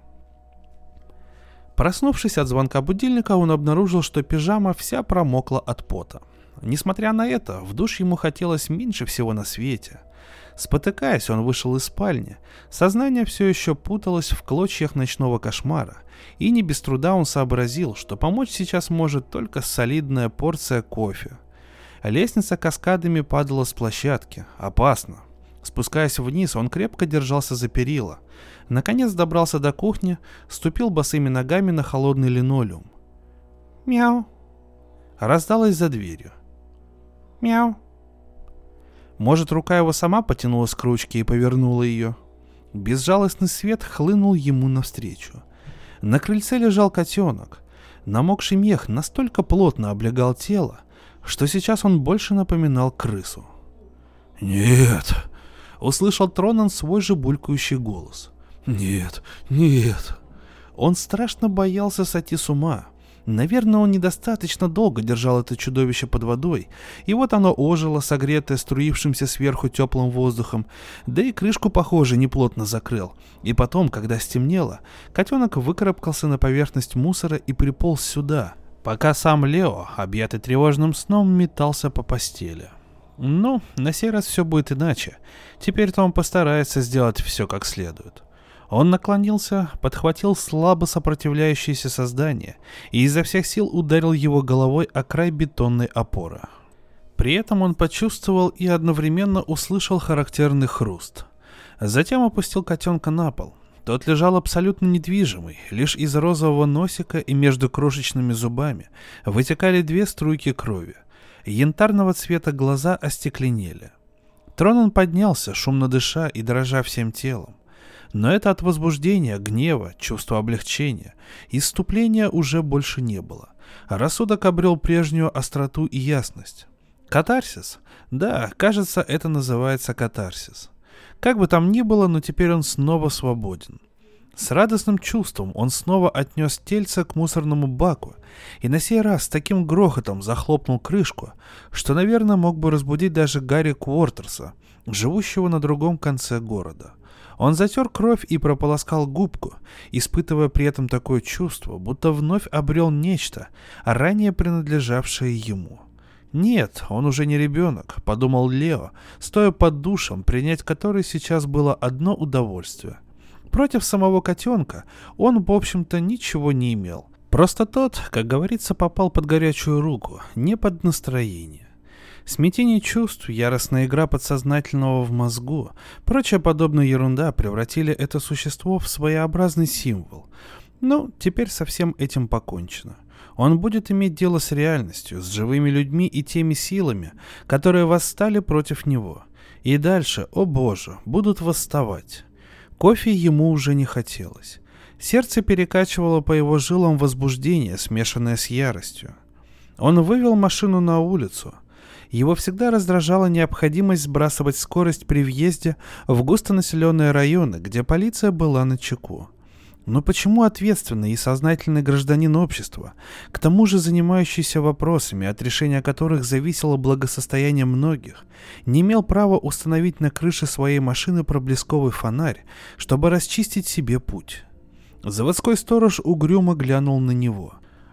Проснувшись от звонка будильника, он обнаружил, что пижама вся промокла от пота. Несмотря на это, в душ ему хотелось меньше всего на свете. Спотыкаясь, он вышел из спальни. Сознание все еще путалось в клочьях ночного кошмара, и не без труда он сообразил, что помочь сейчас может только солидная порция кофе. Лестница каскадами падала с площадки. Опасно. Спускаясь вниз, он крепко держался за перила. Наконец добрался до кухни, ступил босыми ногами на холодный линолеум. «Мяу!» Раздалось за дверью. «Мяу!» Может, рука его сама потянулась к ручке и повернула ее. Безжалостный свет хлынул ему навстречу. На крыльце лежал котенок. Намокший мех настолько плотно облегал тело, что сейчас он больше напоминал крысу. «Нет!» — услышал Тронан свой же булькающий голос. «Нет, нет!» Он страшно боялся сойти с ума. Наверное, он недостаточно долго держал это чудовище под водой, и вот оно ожило, согретое струившимся сверху теплым воздухом, да и крышку, похоже, неплотно закрыл. И потом, когда стемнело, котенок выкарабкался на поверхность мусора и приполз сюда, пока сам Лео, объятый тревожным сном, метался по постели. Ну, на сей раз все будет иначе. Теперь-то он постарается сделать все как следует. Он наклонился, подхватил слабо сопротивляющееся создание и изо всех сил ударил его головой о край бетонной опоры. При этом он почувствовал и одновременно услышал характерный хруст. Затем опустил котенка на пол. Тот лежал абсолютно недвижимый, лишь из розового носика и между крошечными зубами вытекали две струйки крови. Янтарного цвета глаза остекленели. Тронан поднялся, шумно дыша и дрожа всем телом. Но это от возбуждения, гнева, чувства облегчения. Исступления уже больше не было. Рассудок обрел прежнюю остроту и ясность. Катарсис? Да, кажется, это называется катарсис. Как бы там ни было, но теперь он снова свободен. С радостным чувством он снова отнес тельце к мусорному баку и на сей раз с таким грохотом захлопнул крышку, что, наверное, мог бы разбудить даже Гарри Куортерса, живущего на другом конце города. Он затер кровь и прополоскал губку, испытывая при этом такое чувство, будто вновь обрел нечто, ранее принадлежавшее ему. «Нет, он уже не ребенок», — подумал Лео, стоя под душем, принять который сейчас было одно удовольствие. Против самого котенка он, в общем-то, ничего не имел. Просто тот, как говорится, попал под горячую руку, не под настроение. Смятение чувств, яростная игра подсознательного в мозгу, прочая подобная ерунда превратили это существо в своеобразный символ. Ну, теперь со всем этим покончено. Он будет иметь дело с реальностью, с живыми людьми и теми силами, которые восстали против него. И дальше, о боже, будут восставать. Кофе ему уже не хотелось. Сердце перекачивало по его жилам возбуждение, смешанное с яростью. Он вывел машину на улицу. Его всегда раздражала необходимость сбрасывать скорость при въезде в густонаселенные районы, где полиция была начеку. Но почему ответственный и сознательный гражданин общества, к тому же занимающийся вопросами, от решения которых зависело благосостояние многих, не имел права установить на крыше своей машины проблесковый фонарь, чтобы расчистить себе путь? Заводской сторож угрюмо глянул на него.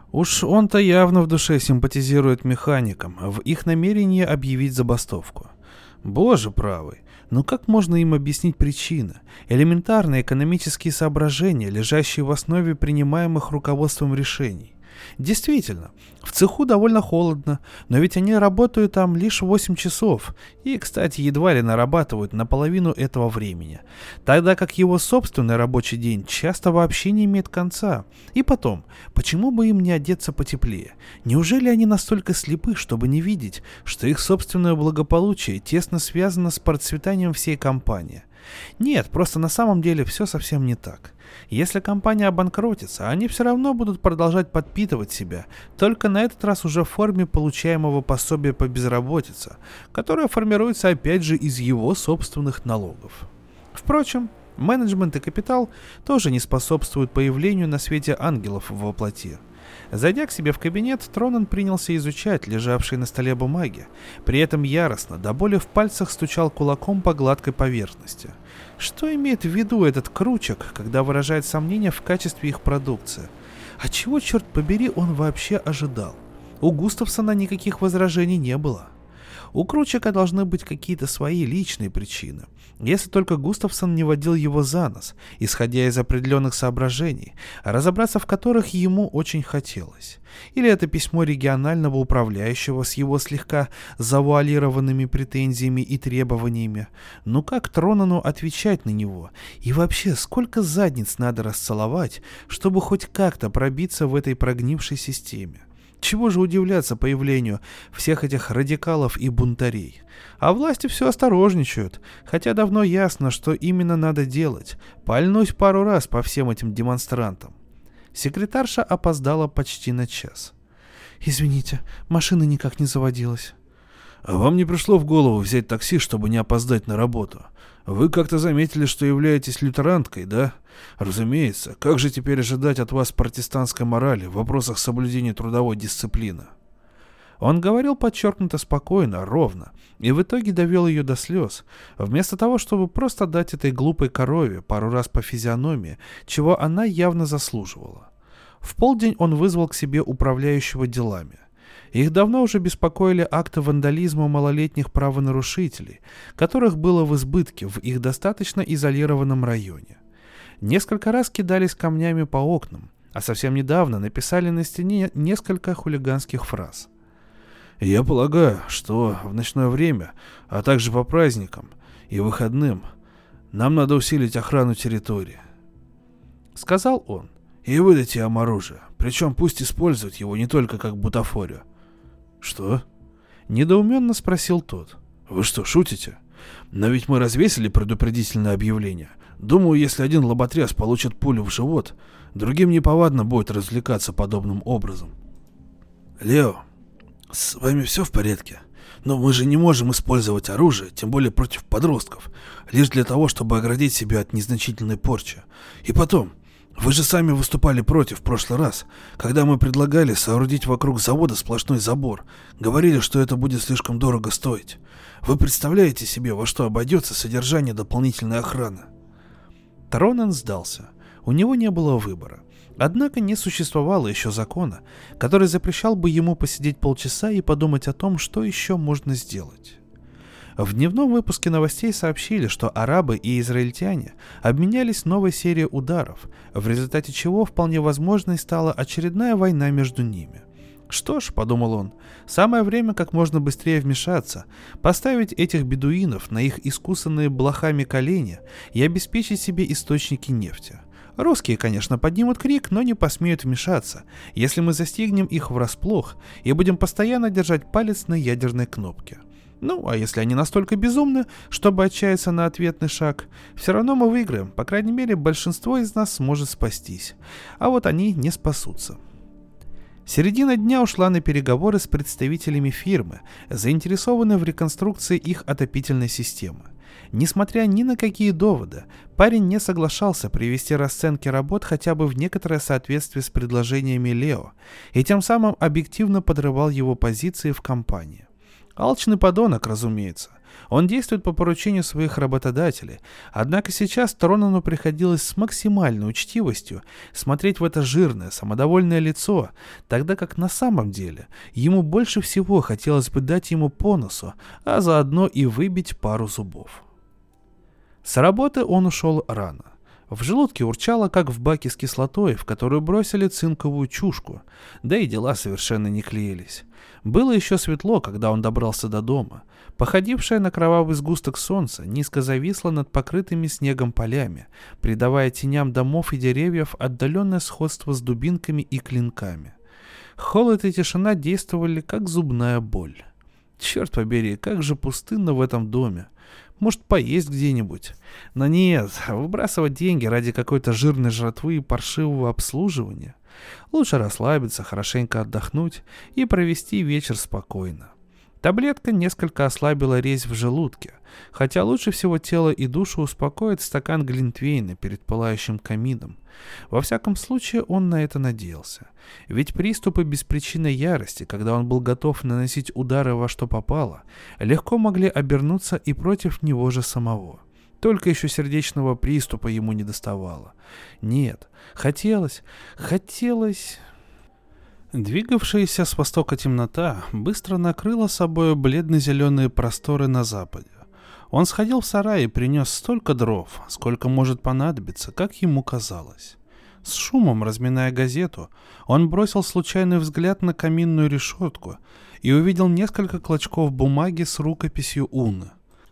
Уж он-то явно в душе симпатизирует механикам в их намерении объявить забастовку. Боже правый, но как можно им объяснить причины, элементарные экономические соображения, лежащие в основе принимаемых руководством решений? Действительно, в цеху довольно холодно, но ведь они работают там лишь восемь часов, и, кстати, едва ли нарабатывают наполовину этого времени, тогда как его собственный рабочий день часто вообще не имеет конца. И потом, почему бы им не одеться потеплее? Неужели они настолько слепы, чтобы не видеть, что их собственное благополучие тесно связано с процветанием всей компании? Нет, просто на самом деле все совсем не так. Если компания обанкротится, они все равно будут продолжать подпитывать себя, только на этот раз уже в форме получаемого пособия по безработице, которое формируется опять же из его собственных налогов. Впрочем, менеджмент и капитал тоже не способствуют появлению на свете ангелов во плоти. Зайдя к себе в кабинет, Тронан принялся изучать лежавшие на столе бумаги, при этом яростно, до боли в пальцах стучал кулаком по гладкой поверхности. Что имеет в виду этот Кручек, когда выражает сомнения в качестве их продукции? А чего, черт побери, он вообще ожидал? У Густавсона никаких возражений не было. У Кручека должны быть какие-то свои личные причины, если только Густавсон не водил его за нос, исходя из определенных соображений, разобраться в которых ему очень хотелось. Или это письмо регионального управляющего с его слегка завуалированными претензиями и требованиями. Ну как Тронану отвечать на него? И вообще, сколько задниц надо расцеловать, чтобы хоть как-то пробиться в этой прогнившей системе? Чего же удивляться появлению всех этих радикалов и бунтарей? А власти все осторожничают, хотя давно ясно, что именно надо делать – пальнуть пару раз по всем этим демонстрантам. Секретарша опоздала почти на час. «Извините, машина никак не заводилась». «А вам не пришло в голову взять такси, чтобы не опоздать на работу? Вы как-то заметили, что являетесь лютеранткой, да? Разумеется, как же теперь ожидать от вас протестантской морали в вопросах соблюдения трудовой дисциплины?» Он говорил подчеркнуто спокойно, ровно, и в итоге довел ее до слез, вместо того, чтобы просто дать этой глупой корове пару раз по физиономии, чего она явно заслуживала. В полдень он вызвал к себе управляющего делами. Их давно уже беспокоили акты вандализма малолетних правонарушителей, которых было в избытке в их достаточно изолированном районе. Несколько раз кидались камнями по окнам, а совсем недавно написали на стене несколько хулиганских фраз. «Я полагаю, что в ночное время, а также по праздникам и выходным, нам надо усилить охрану территории», — сказал он, — «и выдать им оружие, причем пусть используют его не только как бутафорию». «Что?» — недоуменно спросил тот. «Вы что, шутите? Но ведь мы развесили предупредительное объявление. Думаю, если один лоботряс получит пулю в живот, другим неповадно будет развлекаться подобным образом». «Лео, с вами все в порядке? Но мы же не можем использовать оружие, тем более против подростков, лишь для того, чтобы оградить себя от незначительной порчи. И потом, вы же сами выступали против в прошлый раз, когда мы предлагали соорудить вокруг завода сплошной забор. Говорили, что это будет слишком дорого стоить. Вы представляете себе, во что обойдется содержание дополнительной охраны?» Тронан сдался. У него не было выбора. Однако не существовало еще закона, который запрещал бы ему посидеть полчаса и подумать о том, что еще можно сделать. В дневном выпуске новостей сообщили, что арабы и израильтяне обменялись новой серией ударов, в результате чего вполне возможной стала очередная война между ними. Что ж, подумал он, самое время как можно быстрее вмешаться, поставить этих бедуинов на их искусанные блохами колени и обеспечить себе источники нефти. Русские, конечно, поднимут крик, но не посмеют вмешаться, если мы застигнем их врасплох и будем постоянно держать палец на ядерной кнопке. Ну, а если они настолько безумны, чтобы отчаяться на ответный шаг, все равно мы выиграем, по крайней мере, большинство из нас сможет спастись, а вот они не спасутся. Середина дня ушла на переговоры с представителями фирмы, заинтересованной в реконструкции их отопительной системы. Несмотря ни на какие доводы, парень не соглашался привести расценки работ хотя бы в некоторое соответствие с предложениями Лео, и тем самым объективно подрывал его позиции в компании. Алчный подонок, разумеется. Он действует по поручению своих работодателей, однако сейчас Тронану приходилось с максимальной учтивостью смотреть в это жирное, самодовольное лицо, тогда как на самом деле ему больше всего хотелось бы дать ему по носу, а заодно и выбить пару зубов. С работы он ушел рано. В желудке урчало, как в баке с кислотой, в которую бросили цинковую чушку, да и дела совершенно не клеились. Было еще светло, когда он добрался до дома. Походившее на кровавый сгусток солнца низко зависло над покрытыми снегом полями, придавая теням домов и деревьев отдаленное сходство с дубинками и клинками. Холод и тишина действовали, как зубная боль. Черт побери, как же пустынно в этом доме. Может, поесть где-нибудь? Но нет, выбрасывать деньги ради какой-то жирной жратвы и паршивого обслуживания. Лучше расслабиться, хорошенько отдохнуть и провести вечер спокойно. Таблетка несколько ослабила резь в желудке, хотя лучше всего тело и душу успокоит стакан глинтвейна перед пылающим камином. Во всяком случае, он на это надеялся. Ведь приступы беспричинной ярости, когда он был готов наносить удары во что попало, легко могли обернуться и против него же самого. Только еще сердечного приступа ему не доставало. Нет, хотелось, хотелось... Двигавшаяся с востока темнота быстро накрыла собой бледно-зеленые просторы на западе. Он сходил в сарай и принес столько дров, сколько может понадобиться, как ему казалось. С шумом разминая газету, он бросил случайный взгляд на каминную решетку и увидел несколько клочков бумаги с рукописью Уны.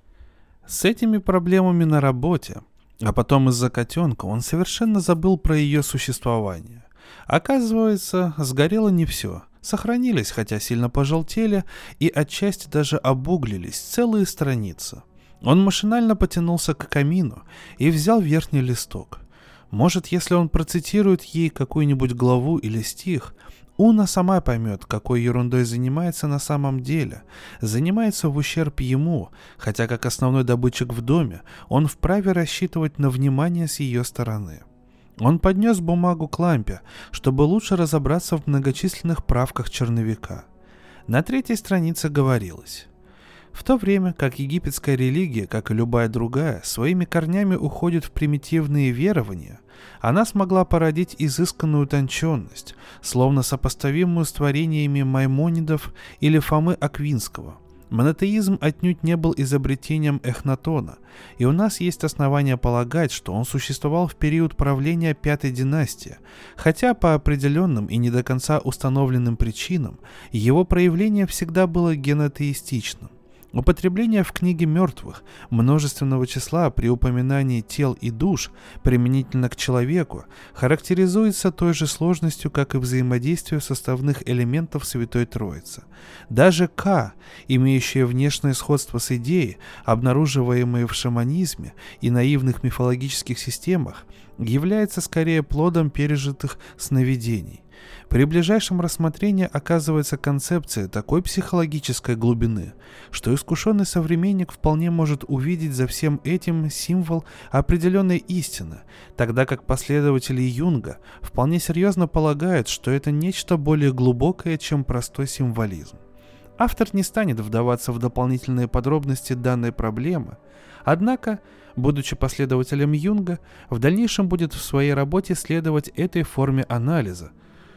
С этими проблемами на работе, а потом из-за котенка, он совершенно забыл про ее существование. Оказывается, сгорело не все. Сохранились, хотя сильно пожелтели, и отчасти даже обуглились целые страницы. Он машинально потянулся к камину и взял верхний листок. Может, если он процитирует ей какую-нибудь главу или стих, Уна сама поймет, какой ерундой занимается на самом деле. Занимается в ущерб ему, хотя как основной добытчик в доме, он вправе рассчитывать на внимание с ее стороны. Он поднес бумагу к лампе, чтобы лучше разобраться в многочисленных правках черновика. На третьей странице говорилось: в то время как египетская религия, как и любая другая, своими корнями уходит в примитивные верования, она смогла породить изысканную утонченность, словно сопоставимую с творениями Маймонидов или Фомы Аквинского. Монотеизм отнюдь не был изобретением Эхнатона, и у нас есть основания полагать, что он существовал в период правления Пятой династии, хотя по определенным и не до конца установленным причинам его проявление всегда было генотеистичным. Употребление в книге мертвых множественного числа при упоминании тел и душ применительно к человеку характеризуется той же сложностью, как и взаимодействие составных элементов Святой Троицы. Даже К, имеющее внешнее сходство с идеей, обнаруживаемые в шаманизме и наивных мифологических системах, является скорее плодом пережитых сновидений. При ближайшем рассмотрении оказывается концепция такой психологической глубины, что искушенный современник вполне может увидеть за всем этим символ определенной истины, тогда как последователи Юнга вполне серьезно полагают, что это нечто более глубокое, чем простой символизм. Автор не станет вдаваться в дополнительные подробности данной проблемы, однако, будучи последователем Юнга, в дальнейшем будет в своей работе следовать этой форме анализа.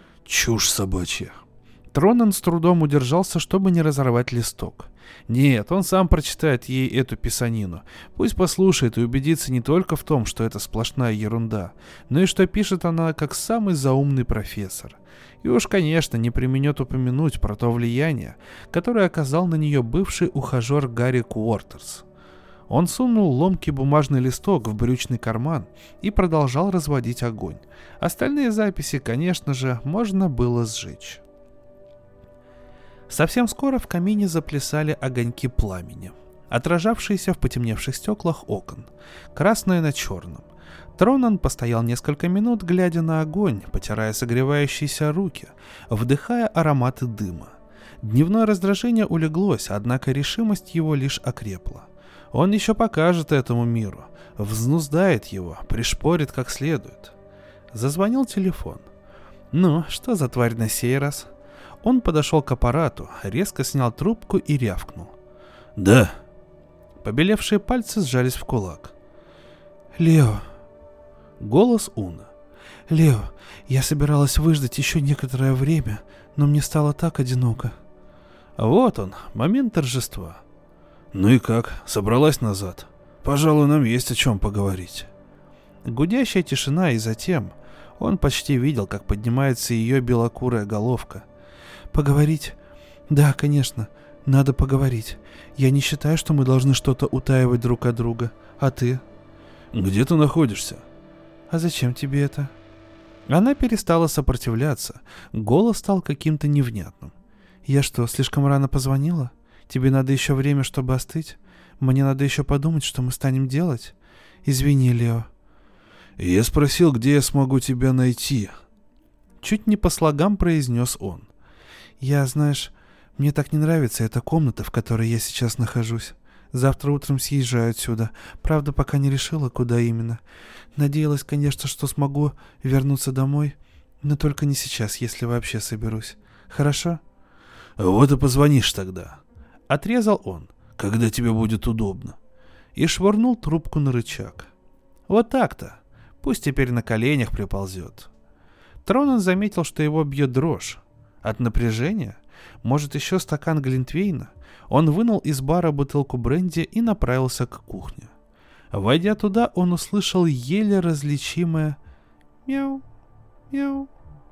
Чушь собачья. Тронан с трудом удержался, чтобы не разорвать листок. Нет, он сам прочитает ей эту писанину. Пусть послушает и убедится не только в том, что это сплошная ерунда, но и что пишет она как самый заумный профессор. И уж, конечно, не преминет упомянуть про то влияние, которое оказал на нее бывший ухажер Гарри Куортерс. Он сунул ломкий бумажный листок в брючный карман и продолжал разводить огонь. Остальные записи, конечно же, можно было сжечь. Совсем скоро в камине заплясали огоньки пламени, отражавшиеся в потемневших стеклах окон, красное на черном. Тронан постоял несколько минут, глядя на огонь, потирая согревающиеся руки, вдыхая ароматы дыма. Дневное раздражение улеглось, однако решимость его лишь окрепла. Он еще покажет этому миру, взнуздает его, пришпорит как следует. Зазвонил телефон. Ну, что за тварь на сей раз? Он подошел к аппарату, резко снял трубку и рявкнул. «Да». Побелевшие пальцы сжались в кулак. «Лео». Голос Уна. «Лео, я собиралась выждать еще некоторое время, но мне стало так одиноко». Вот он, момент торжества. «Ну и как? Собралась назад? Пожалуй, нам есть о чем поговорить». Гудящая тишина, и затем он почти видел, как поднимается ее белокурая головка. «Поговорить? Да, конечно, надо поговорить. Я не считаю, что мы должны что-то утаивать друг от друга. А ты?» «Где ты находишься?» «А зачем тебе это?» Она перестала сопротивляться. Голос стал каким-то невнятным. «Я что, слишком рано позвонила? Тебе надо еще время, чтобы остыть? Мне надо еще подумать, что мы станем делать? Извини, Лео». «Я спросил, где я смогу тебя найти». Чуть не по слогам произнес он. «Я, знаешь, мне так не нравится эта комната, в которой я сейчас нахожусь. Завтра утром съезжаю отсюда. Правда, пока не решила, куда именно. Надеялась, конечно, что смогу вернуться домой, но только не сейчас, если вообще соберусь. Хорошо?» «Вот и позвонишь тогда», — отрезал он, — «когда тебе будет удобно». И швырнул трубку на рычаг. Вот так-то. Пусть теперь на коленях приползет. Тронан заметил, что его бьет дрожь. От напряжения? Может, еще стакан глинтвейна? Он вынул из бара бутылку бренди и направился к кухне. Войдя туда, он услышал еле различимое «мяу, мяу».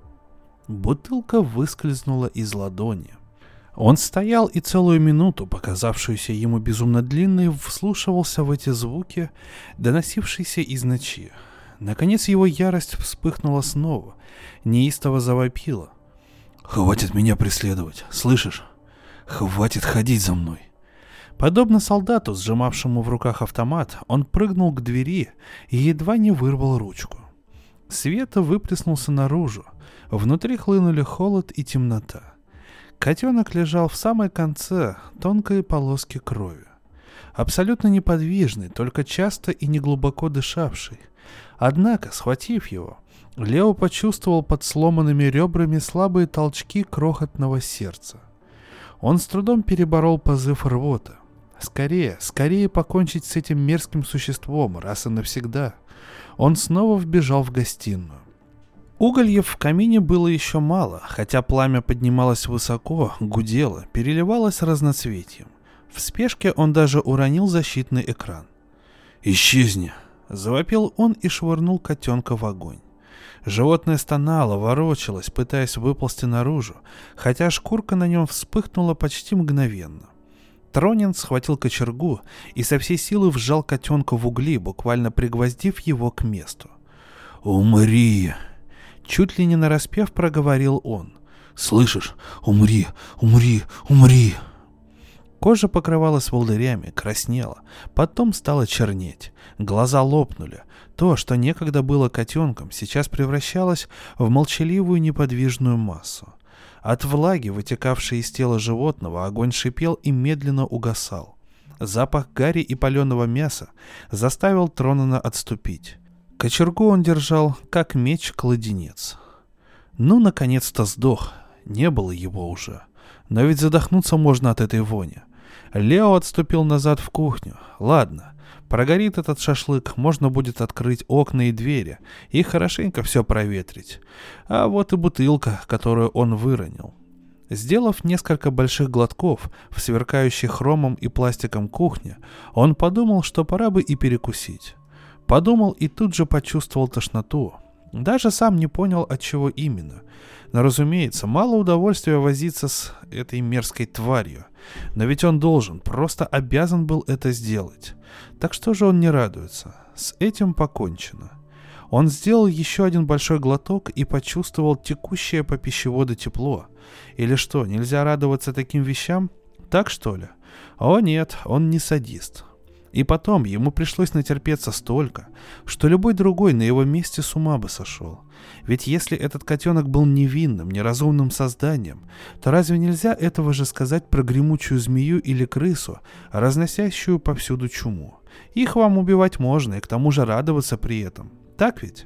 Бутылка выскользнула из ладони. Он стоял и целую минуту, показавшуюся ему безумно длинной, вслушивался в эти звуки, доносившиеся из ночи. Наконец его ярость вспыхнула снова, неистово завопила. «Хватит меня преследовать, слышишь? Хватит ходить за мной!» Подобно солдату, сжимавшему в руках автомат, он прыгнул к двери и едва не вырвал ручку. Свет выплеснулся наружу, внутри хлынули холод и темнота. Котенок лежал в самой конце тонкой полоски крови. Абсолютно неподвижный, только часто и неглубоко дышавший. Однако, схватив его, Лео почувствовал под сломанными ребрами слабые толчки крохотного сердца. Он с трудом переборол позыв рвоты. Скорее, скорее покончить с этим мерзким существом раз и навсегда. Он снова вбежал в гостиную. Угольев в камине было еще мало, хотя пламя поднималось высоко, гудело, переливалось разноцветием. В спешке он даже уронил защитный экран. «Исчезни!» — завопил он и швырнул котенка в огонь. Животное стонало, ворочалось, пытаясь выползти наружу, хотя шкурка на нем вспыхнула почти мгновенно. Тронин схватил кочергу и со всей силы вжал котенка в угли, буквально пригвоздив его к месту. «Умри!» Чуть ли не нараспев проговорил он. «Слышишь? Умри! Умри! Умри!» Кожа покрывалась волдырями, краснела, потом стала чернеть. Глаза лопнули. То, что некогда было котенком, сейчас превращалось в молчаливую неподвижную массу. От влаги, вытекавшей из тела животного, огонь шипел и медленно угасал. Запах гари и паленого мяса заставил Тронана отступить. Кочергу он держал, как меч-кладенец. Ну, наконец-то сдох. Не было его уже. Но ведь задохнуться можно от этой вони. Лео отступил назад в кухню. Ладно, прогорит этот шашлык, можно будет открыть окна и двери и хорошенько все проветрить. А вот и бутылка, которую он выронил. Сделав несколько больших глотков в сверкающей хромом и пластиком кухне, он подумал, что пора бы и перекусить. Подумал и тут же почувствовал тошноту. Даже сам не понял, от чего именно. Но, разумеется, мало удовольствия возиться с этой мерзкой тварью. Но ведь он должен, просто обязан был это сделать. Так что же он не радуется? С этим покончено. Он сделал еще один большой глоток и почувствовал текущее по пищеводу тепло. Или что, нельзя радоваться таким вещам? Так что ли? О нет, он не садист. И потом ему пришлось натерпеться столько, что любой другой на его месте с ума бы сошел. Ведь если этот котенок был невинным, неразумным созданием, то разве нельзя этого же сказать про гремучую змею или крысу, разносящую повсюду чуму? Их вам убивать можно и к тому же радоваться при этом. Так ведь?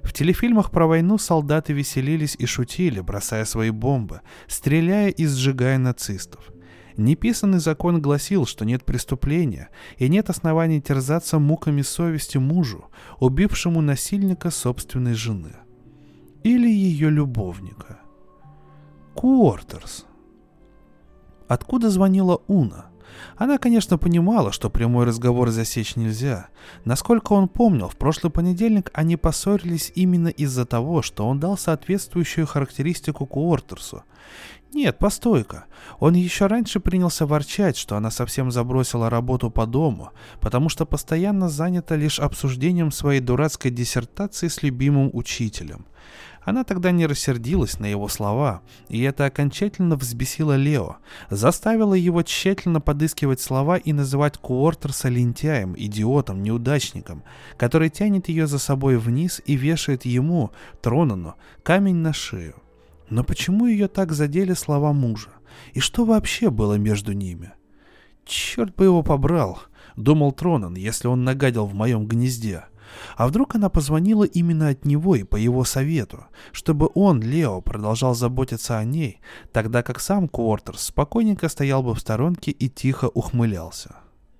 В телефильмах про войну солдаты веселились и шутили, бросая свои бомбы, стреляя и сжигая нацистов. Неписанный закон гласил, что нет преступления и нет оснований терзаться муками совести мужу, убившему насильника собственной жены. Или ее любовника. Куортерс. Откуда звонила Уна? Она, конечно, понимала, что прямой разговор засечь нельзя. Насколько он помнил, в прошлый понедельник они поссорились именно из-за того, что он дал соответствующую характеристику Куортерсу. Нет, постой-ка. Он еще раньше принялся ворчать, что она совсем забросила работу по дому, потому что постоянно занята лишь обсуждением своей дурацкой диссертации с любимым учителем. Она тогда не рассердилась на его слова, и это окончательно взбесило Лео, заставило его тщательно подыскивать слова и называть Куортерса лентяем, идиотом, неудачником, который тянет ее за собой вниз и вешает ему, Тронану, камень на шею. Но почему ее так задели слова мужа? И что вообще было между ними? Черт бы его побрал, думал Тронан, если он нагадил в моем гнезде. А вдруг она позвонила именно от него и по его совету, чтобы он, Лео, продолжал заботиться о ней, тогда как сам Куортерс спокойненько стоял бы в сторонке и тихо ухмылялся.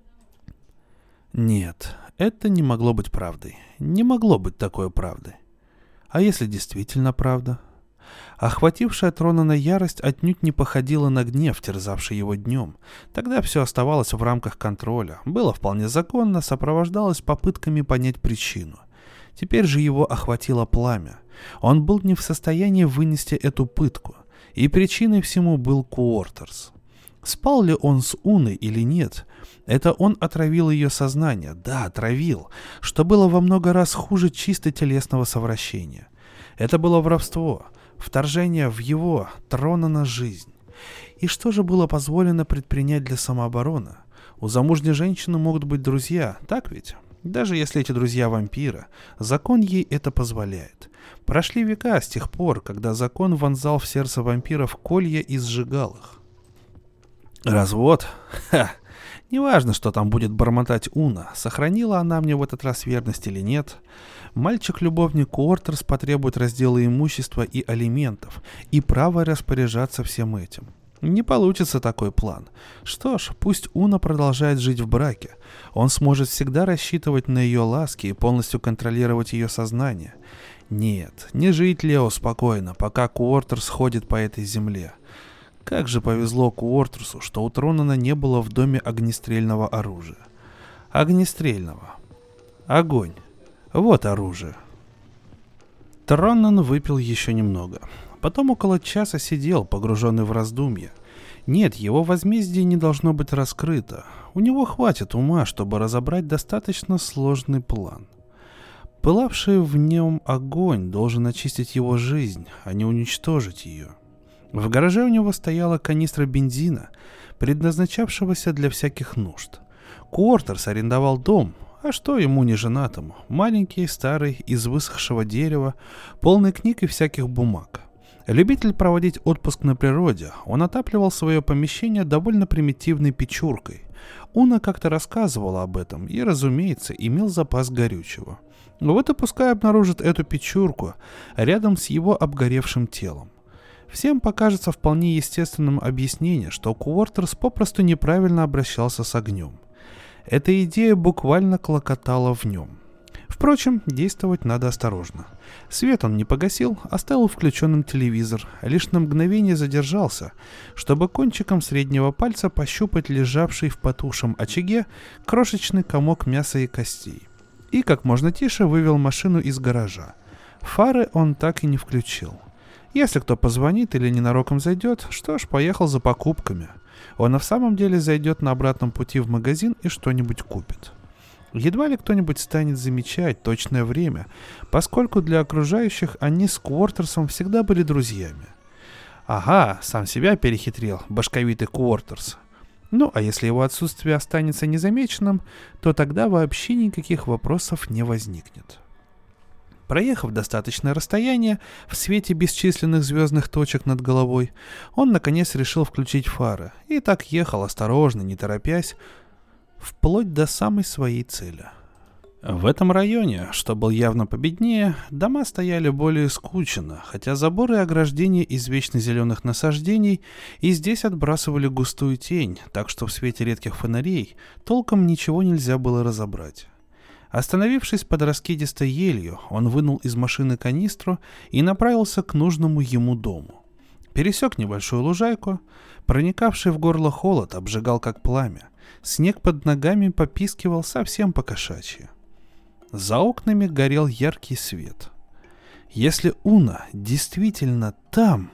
Нет, это не могло быть правдой. Не могло быть такой правдой. А если действительно правда? Охватившая Тронана ярость отнюдь не походила на гнев, терзавший его днем. Тогда все оставалось в рамках контроля, было вполне законно, сопровождалось попытками понять причину. Теперь же его охватило пламя. Он был не в состоянии вынести эту пытку, и причиной всему был Куортерс. Спал ли он с Уной или нет? Это он отравил ее сознание, да, отравил, что было во много раз хуже чисто телесного совращения. Это было воровство. Вторжение в его, Тронана, жизнь. И что же было позволено предпринять для самообороны? У замужней женщины могут быть друзья, так ведь? Даже если эти друзья вампира, закон ей это позволяет. Прошли века с тех пор, когда закон вонзал в сердце вампиров колья и сжигал их. Развод? Ха! Неважно, что там будет бормотать Уна, сохранила она мне в этот раз верность или нет. Мальчик-любовник Куортерс потребует раздела имущества и алиментов, и право распоряжаться всем этим. Не получится такой план. Что ж, пусть Уна продолжает жить в браке. Он сможет всегда рассчитывать на ее ласки и полностью контролировать ее сознание. Нет, не жить Лео спокойно, пока Куортерс ходит по этой земле. Как же повезло Куортерсу, что у Тронана не было в доме огнестрельного оружия. Огнестрельного. Огонь. Вот оружие. Тронан выпил еще немного. Потом около часа сидел, погруженный в раздумья. Нет, его возмездие не должно быть раскрыто. У него хватит ума, чтобы разобрать достаточно сложный план. Пылавший в нем огонь должен очистить его жизнь, а не уничтожить ее. В гараже у него стояла канистра бензина, предназначавшегося для всяких нужд. Куортерс арендовал дом, а что ему не женатому? Маленький, старый, из высохшего дерева, полный книг и всяких бумаг. Любитель проводить отпуск на природе, он отапливал свое помещение довольно примитивной печуркой. Уна как-то рассказывала об этом и, разумеется, имел запас горючего. Вот и пускай обнаружит эту печурку рядом с его обгоревшим телом. Всем покажется вполне естественным объяснение, что Куортерс попросту неправильно обращался с огнем. Эта идея буквально клокотала в нем. Впрочем, действовать надо осторожно. Свет он не погасил, оставил включенным телевизор, лишь на мгновение задержался, чтобы кончиком среднего пальца пощупать лежавший в потухшем очаге крошечный комок мяса и костей. И как можно тише вывел машину из гаража. Фары он так и не включил. Если кто позвонит или ненароком зайдет, что ж, поехал за покупками. Он и в самом деле зайдет на обратном пути в магазин и что-нибудь купит. Едва ли кто-нибудь станет замечать точное время, поскольку для окружающих они с Куортерсом всегда были друзьями. Ага, сам себя перехитрил, башковитый Куортерс. Ну, а если его отсутствие останется незамеченным, то тогда вообще никаких вопросов не возникнет. Проехав достаточное расстояние в свете бесчисленных звездных точек над головой, он наконец решил включить фары и так ехал осторожно, не торопясь, вплоть до самой своей цели. В этом районе, что был явно победнее, дома стояли более скучно, хотя заборы и ограждения из вечно зеленых насаждений и здесь отбрасывали густую тень, так что в свете редких фонарей толком ничего нельзя было разобрать. Остановившись под раскидистой елью, он вынул из машины канистру и направился к нужному ему дому. Пересек небольшую лужайку, проникавший в горло холод обжигал как пламя, снег под ногами попискивал совсем по-кошачьи. За окнами горел яркий свет. Если Уна действительно там...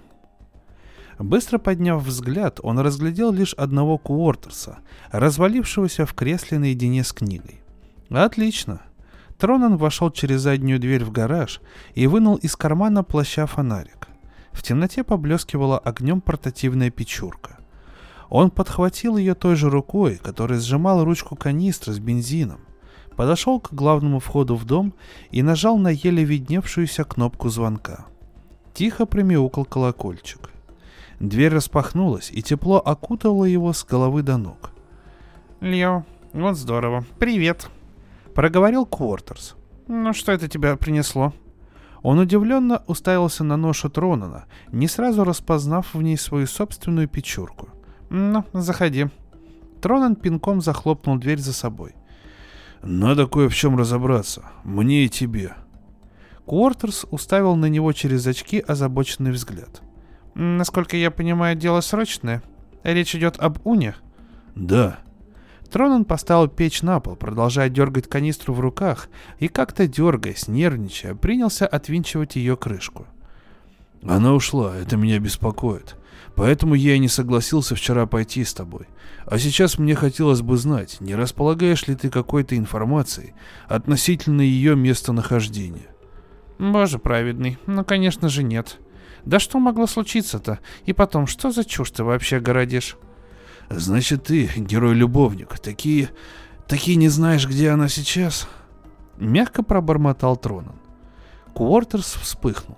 Быстро подняв взгляд, он разглядел лишь одного Куортерса, развалившегося в кресле наедине с книгой. Отлично. Тронан вошел через заднюю дверь в гараж и вынул из кармана плаща фонарик. В темноте поблескивала огнем портативная печурка. Он подхватил ее той же рукой, которой сжимал ручку канистры с бензином, подошел к главному входу в дом и нажал на еле видневшуюся кнопку звонка. Тихо промяукал колокольчик. Дверь распахнулась, и тепло окутало его с головы до ног. «Лео, вот здорово. Привет!» — проговорил Куортерс. «Ну что это тебя принесло?» Он удивленно уставился на ношу Тронана, не сразу распознав в ней свою собственную печурку. «Ну, заходи». Тронан пинком захлопнул дверь за собой. «Надо кое в чем разобраться. Мне и тебе». Куортерс уставил на него через очки озабоченный взгляд. «Насколько я понимаю, дело срочное. Речь идет об Уне?» «Да». Тронан поставил печь на пол, продолжая дергать канистру в руках, и как-то дергаясь, нервничая, принялся отвинчивать ее крышку. «Она ушла, это меня беспокоит. Поэтому я и не согласился вчера пойти с тобой. А сейчас мне хотелось бы знать, не располагаешь ли ты какой-то информацией относительно ее местонахождения?» «Боже праведный, ну конечно же нет. Да что могло случиться-то? И потом, что за чушь ты вообще городишь?» «Значит, ты, герой-любовник, такие... такие не знаешь, где она сейчас?» Мягко пробормотал Тронан. Куортерс вспыхнул.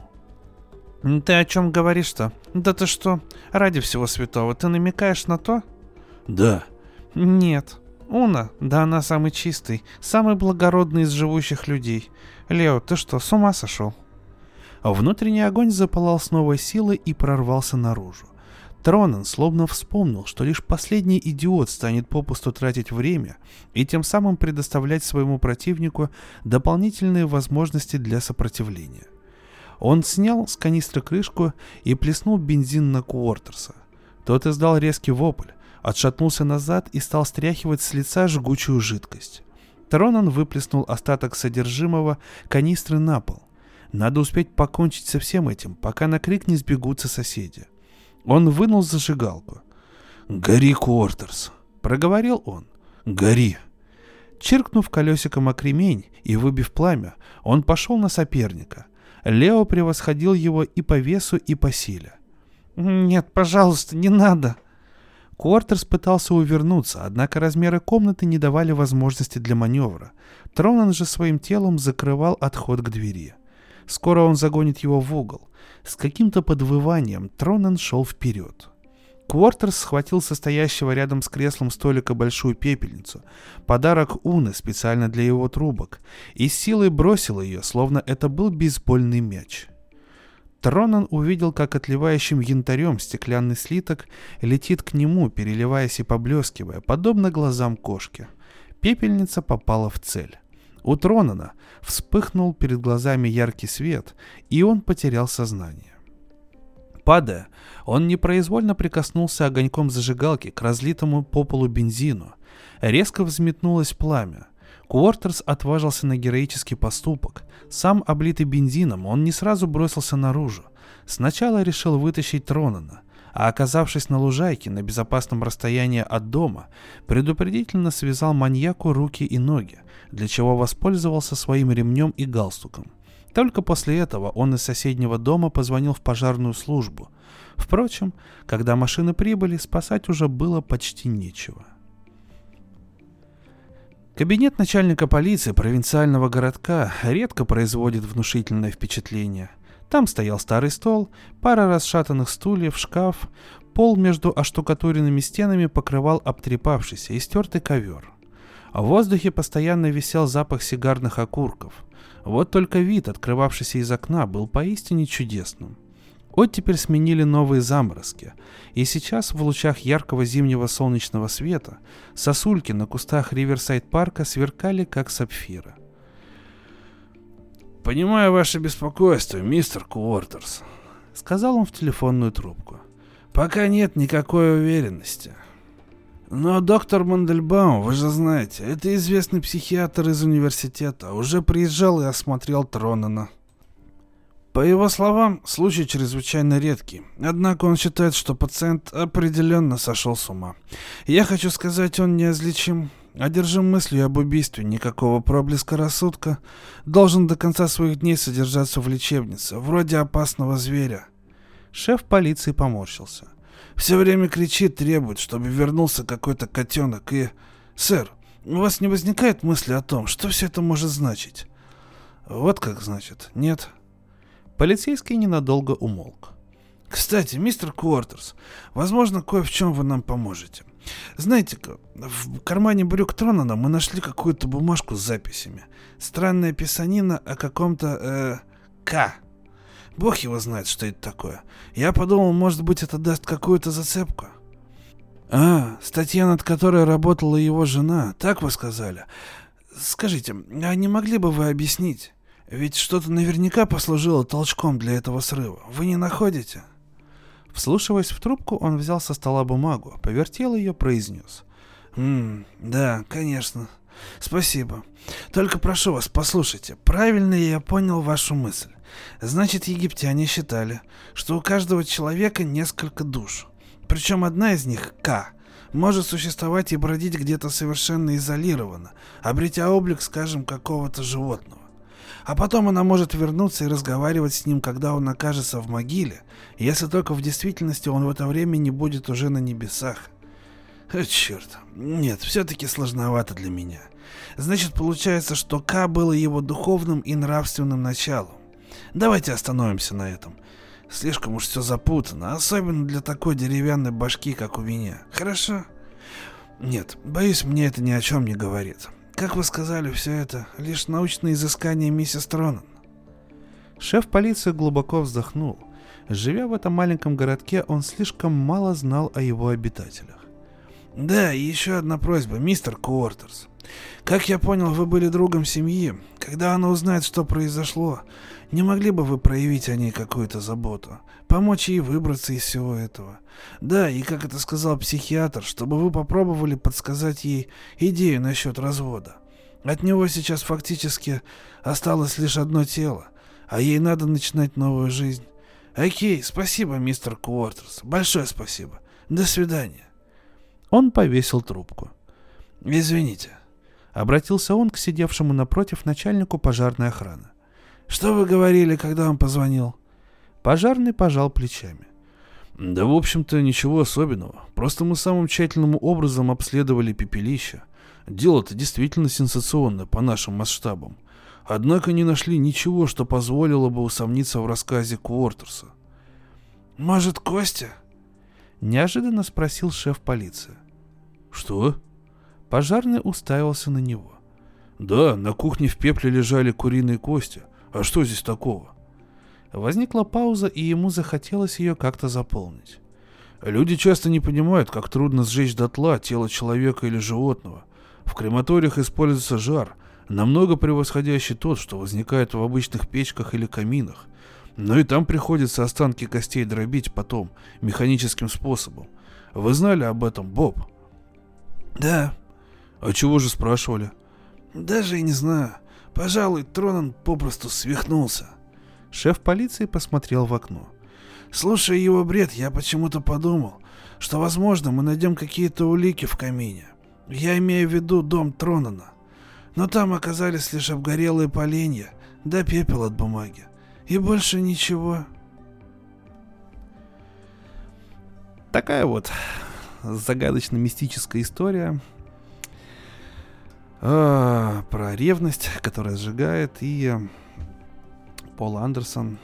«Ты о чем говоришь-то? Да ты что, ради всего святого, ты намекаешь на то?» «Да». «Нет. Уна, да она самый чистый, самый благородный из живущих людей. Лео, ты что, с ума сошел?» Внутренний огонь запылал с новой силой и прорвался наружу. Тронан словно вспомнил, что лишь последний идиот станет попусту тратить время и тем самым предоставлять своему противнику дополнительные возможности для сопротивления. Он снял с канистры крышку и плеснул бензин на Куортерса. Тот издал резкий вопль, отшатнулся назад и стал стряхивать с лица жгучую жидкость. Тронан выплеснул остаток содержимого канистры на пол. Надо успеть покончить со всем этим, пока на крик не сбегутся соседи. Он вынул зажигалку. «Гори, Куортерс!» — проговорил он. «Гори!» Чиркнув колесиком о кремень и выбив пламя, он пошел на соперника. Лео превосходил его и по весу, и по силе. «Нет, пожалуйста, не надо!» Куортерс пытался увернуться, однако размеры комнаты не давали возможности для маневра. Тронан же своим телом закрывал отход к двери. Скоро он загонит его в угол. С каким-то подвыванием Тронан шел вперед. Куортерс схватил состоящего рядом с креслом столика большую пепельницу, подарок Уны специально для его трубок, и с силой бросил ее, словно это был бейсбольный мяч. Тронан увидел, как отливающим янтарем стеклянный слиток летит к нему, переливаясь и поблескивая, подобно глазам кошки. Пепельница попала в цель. У Тронана вспыхнул перед глазами яркий свет, и он потерял сознание. Падая, он непроизвольно прикоснулся огоньком зажигалки к разлитому по полу бензину. Резко взметнулось пламя. Куортерс отважился на героический поступок. Сам облитый бензином, он не сразу бросился наружу. Сначала решил вытащить Тронана, а оказавшись на лужайке на безопасном расстоянии от дома, предупредительно связал маньяку руки и ноги, для чего воспользовался своим ремнем и галстуком. Только после этого он из соседнего дома позвонил в пожарную службу. Впрочем, когда машины прибыли, спасать уже было почти нечего. Кабинет начальника полиции провинциального городка редко производит внушительное впечатление. Там стоял старый стол, пара расшатанных стульев, шкаф, пол между оштукатуренными стенами покрывал обтрепавшийся и стертый ковер. В воздухе постоянно висел запах сигарных окурков. Вот только вид, открывавшийся из окна, был поистине чудесным. Оттепель сменили новые заморозки, и сейчас в лучах яркого зимнего солнечного света сосульки на кустах Риверсайд-парка сверкали, как сапфиры. «Понимаю ваше беспокойство, мистер Куортерс», — сказал он в телефонную трубку. «Пока нет никакой уверенности. Но доктор Мандельбаум, вы же знаете, это известный психиатр из университета, уже приезжал и осмотрел Тронана. По его словам, случай чрезвычайно редкий, однако он считает, что пациент определенно сошел с ума. Я хочу сказать, он неизлечим, одержим мыслью об убийстве, никакого проблеска рассудка, должен до конца своих дней содержаться в лечебнице, вроде опасного зверя». Шеф полиции поморщился. «Все время кричит, требует, чтобы вернулся какой-то котенок и... Сэр, у вас не возникает мысли о том, что все это может значить?» «Вот как значит, нет». Полицейский ненадолго умолк. «Кстати, мистер Куортерс, возможно, кое в чем вы нам поможете. Знаете-ка, в кармане брюк Тронана мы нашли какую-то бумажку с записями. Странная писанина о каком-то... Э, К. Бог его знает, что это такое. Я подумал, может быть, это даст какую-то зацепку». «А, статья, над которой работала его жена, так вы сказали. Скажите, а не могли бы вы объяснить? Ведь что-то наверняка послужило толчком для этого срыва. Вы не находите?» Вслушиваясь в трубку, он взял со стола бумагу, повертел ее, произнес. «Ммм, да, конечно. Спасибо. Только прошу вас, послушайте, правильно я понял вашу мысль. Значит, египтяне считали, что у каждого человека несколько душ. Причем одна из них, К, может существовать и бродить где-то совершенно изолированно, обретя облик, скажем, какого-то животного. А потом она может вернуться и разговаривать с ним, когда он окажется в могиле, если только в действительности он в это время не будет уже на небесах. О, черт, нет, все-таки сложновато для меня. Значит, получается, что К было его духовным и нравственным началом. Давайте остановимся на этом. Слишком уж все запутано, особенно для такой деревянной башки, как у меня. Хорошо? Нет, боюсь, мне это ни о чем не говорит. Как вы сказали, все это лишь научные изыскания миссис Тронан. Шеф полиции глубоко вздохнул. Живя в этом маленьком городке, он слишком мало знал о его обитателях. Да, и еще одна просьба, мистер Куортерс. Как я понял, вы были другом семьи. Когда она узнает, что произошло, не могли бы вы проявить о ней какую-то заботу? Помочь ей выбраться из всего этого? Да, и как это сказал психиатр, чтобы вы попробовали подсказать ей идею насчет развода. От него сейчас фактически осталось лишь одно тело, а ей надо начинать новую жизнь. Окей, спасибо, мистер Куортерс. Большое спасибо. До свидания. Он повесил трубку. «Извините», — обратился он к сидевшему напротив начальнику пожарной охраны. «Что вы говорили, когда он позвонил?» Пожарный пожал плечами. «Да, в общем-то, ничего особенного. Просто мы самым тщательным образом обследовали пепелище. Дело-то действительно сенсационное по нашим масштабам. Однако не нашли ничего, что позволило бы усомниться в рассказе Куортерса». «Может, Костя?» — неожиданно спросил шеф полиции. «Что?» Пожарный уставился на него. «Да, на кухне в пепле лежали куриные кости. А что здесь такого?» Возникла пауза, и ему захотелось ее как-то заполнить. «Люди часто не понимают, как трудно сжечь дотла тело человека или животного. В крематориях используется жар, намного превосходящий тот, что возникает в обычных печках или каминах. Но и там приходится останки костей дробить потом, механическим способом. Вы знали об этом, Боб?» «Да». «А чего же спрашивали?» «Даже и не знаю. Пожалуй, Тронан попросту свихнулся». Шеф полиции посмотрел в окно. «Слушая его бред, я почему-то подумал, что, возможно, мы найдем какие-то улики в камине. Я имею в виду дом Тронана. Но там оказались лишь обгорелые поленья, да пепел от бумаги. И больше ничего». Такая вот загадочно-мистическая история а, про ревность, которая сжигает, и Пол Андерсон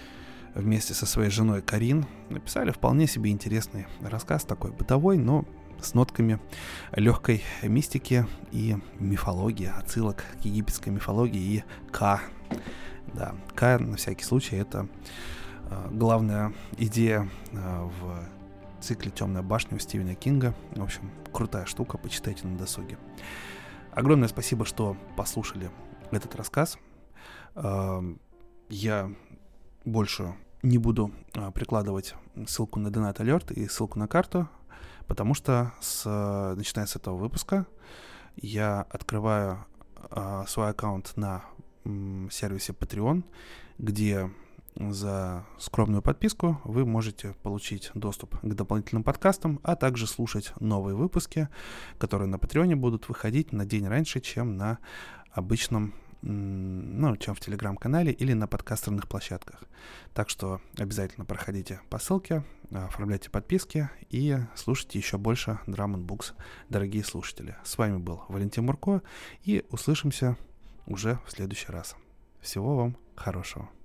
вместе со своей женой Карин написали вполне себе интересный рассказ, такой бытовой, но с нотками легкой мистики и мифологии, отсылок к египетской мифологии и Ка. Да, Ка, на всякий случай, это э, главная идея э, в цикле «Темная башня» у Стивена Кинга. В общем, крутая штука, почитайте на досуге. Огромное спасибо, что послушали этот рассказ. Э, я больше не буду э, прикладывать ссылку на Donate Alert и ссылку на карту, потому что с, начиная с этого выпуска я открываю э, свой аккаунт на м, сервисе Patreon, где за скромную подписку вы можете получить доступ к дополнительным подкастам, а также слушать новые выпуски, которые на Patreon будут выходить на день раньше, чем на обычном, ну, чем в Телеграм-канале или на подкастерных площадках. Так что обязательно проходите по ссылке, оформляйте подписки и слушайте еще больше Drum and Books, дорогие слушатели. С вами был Валентин Мурко, и услышимся уже в следующий раз. Всего вам хорошего.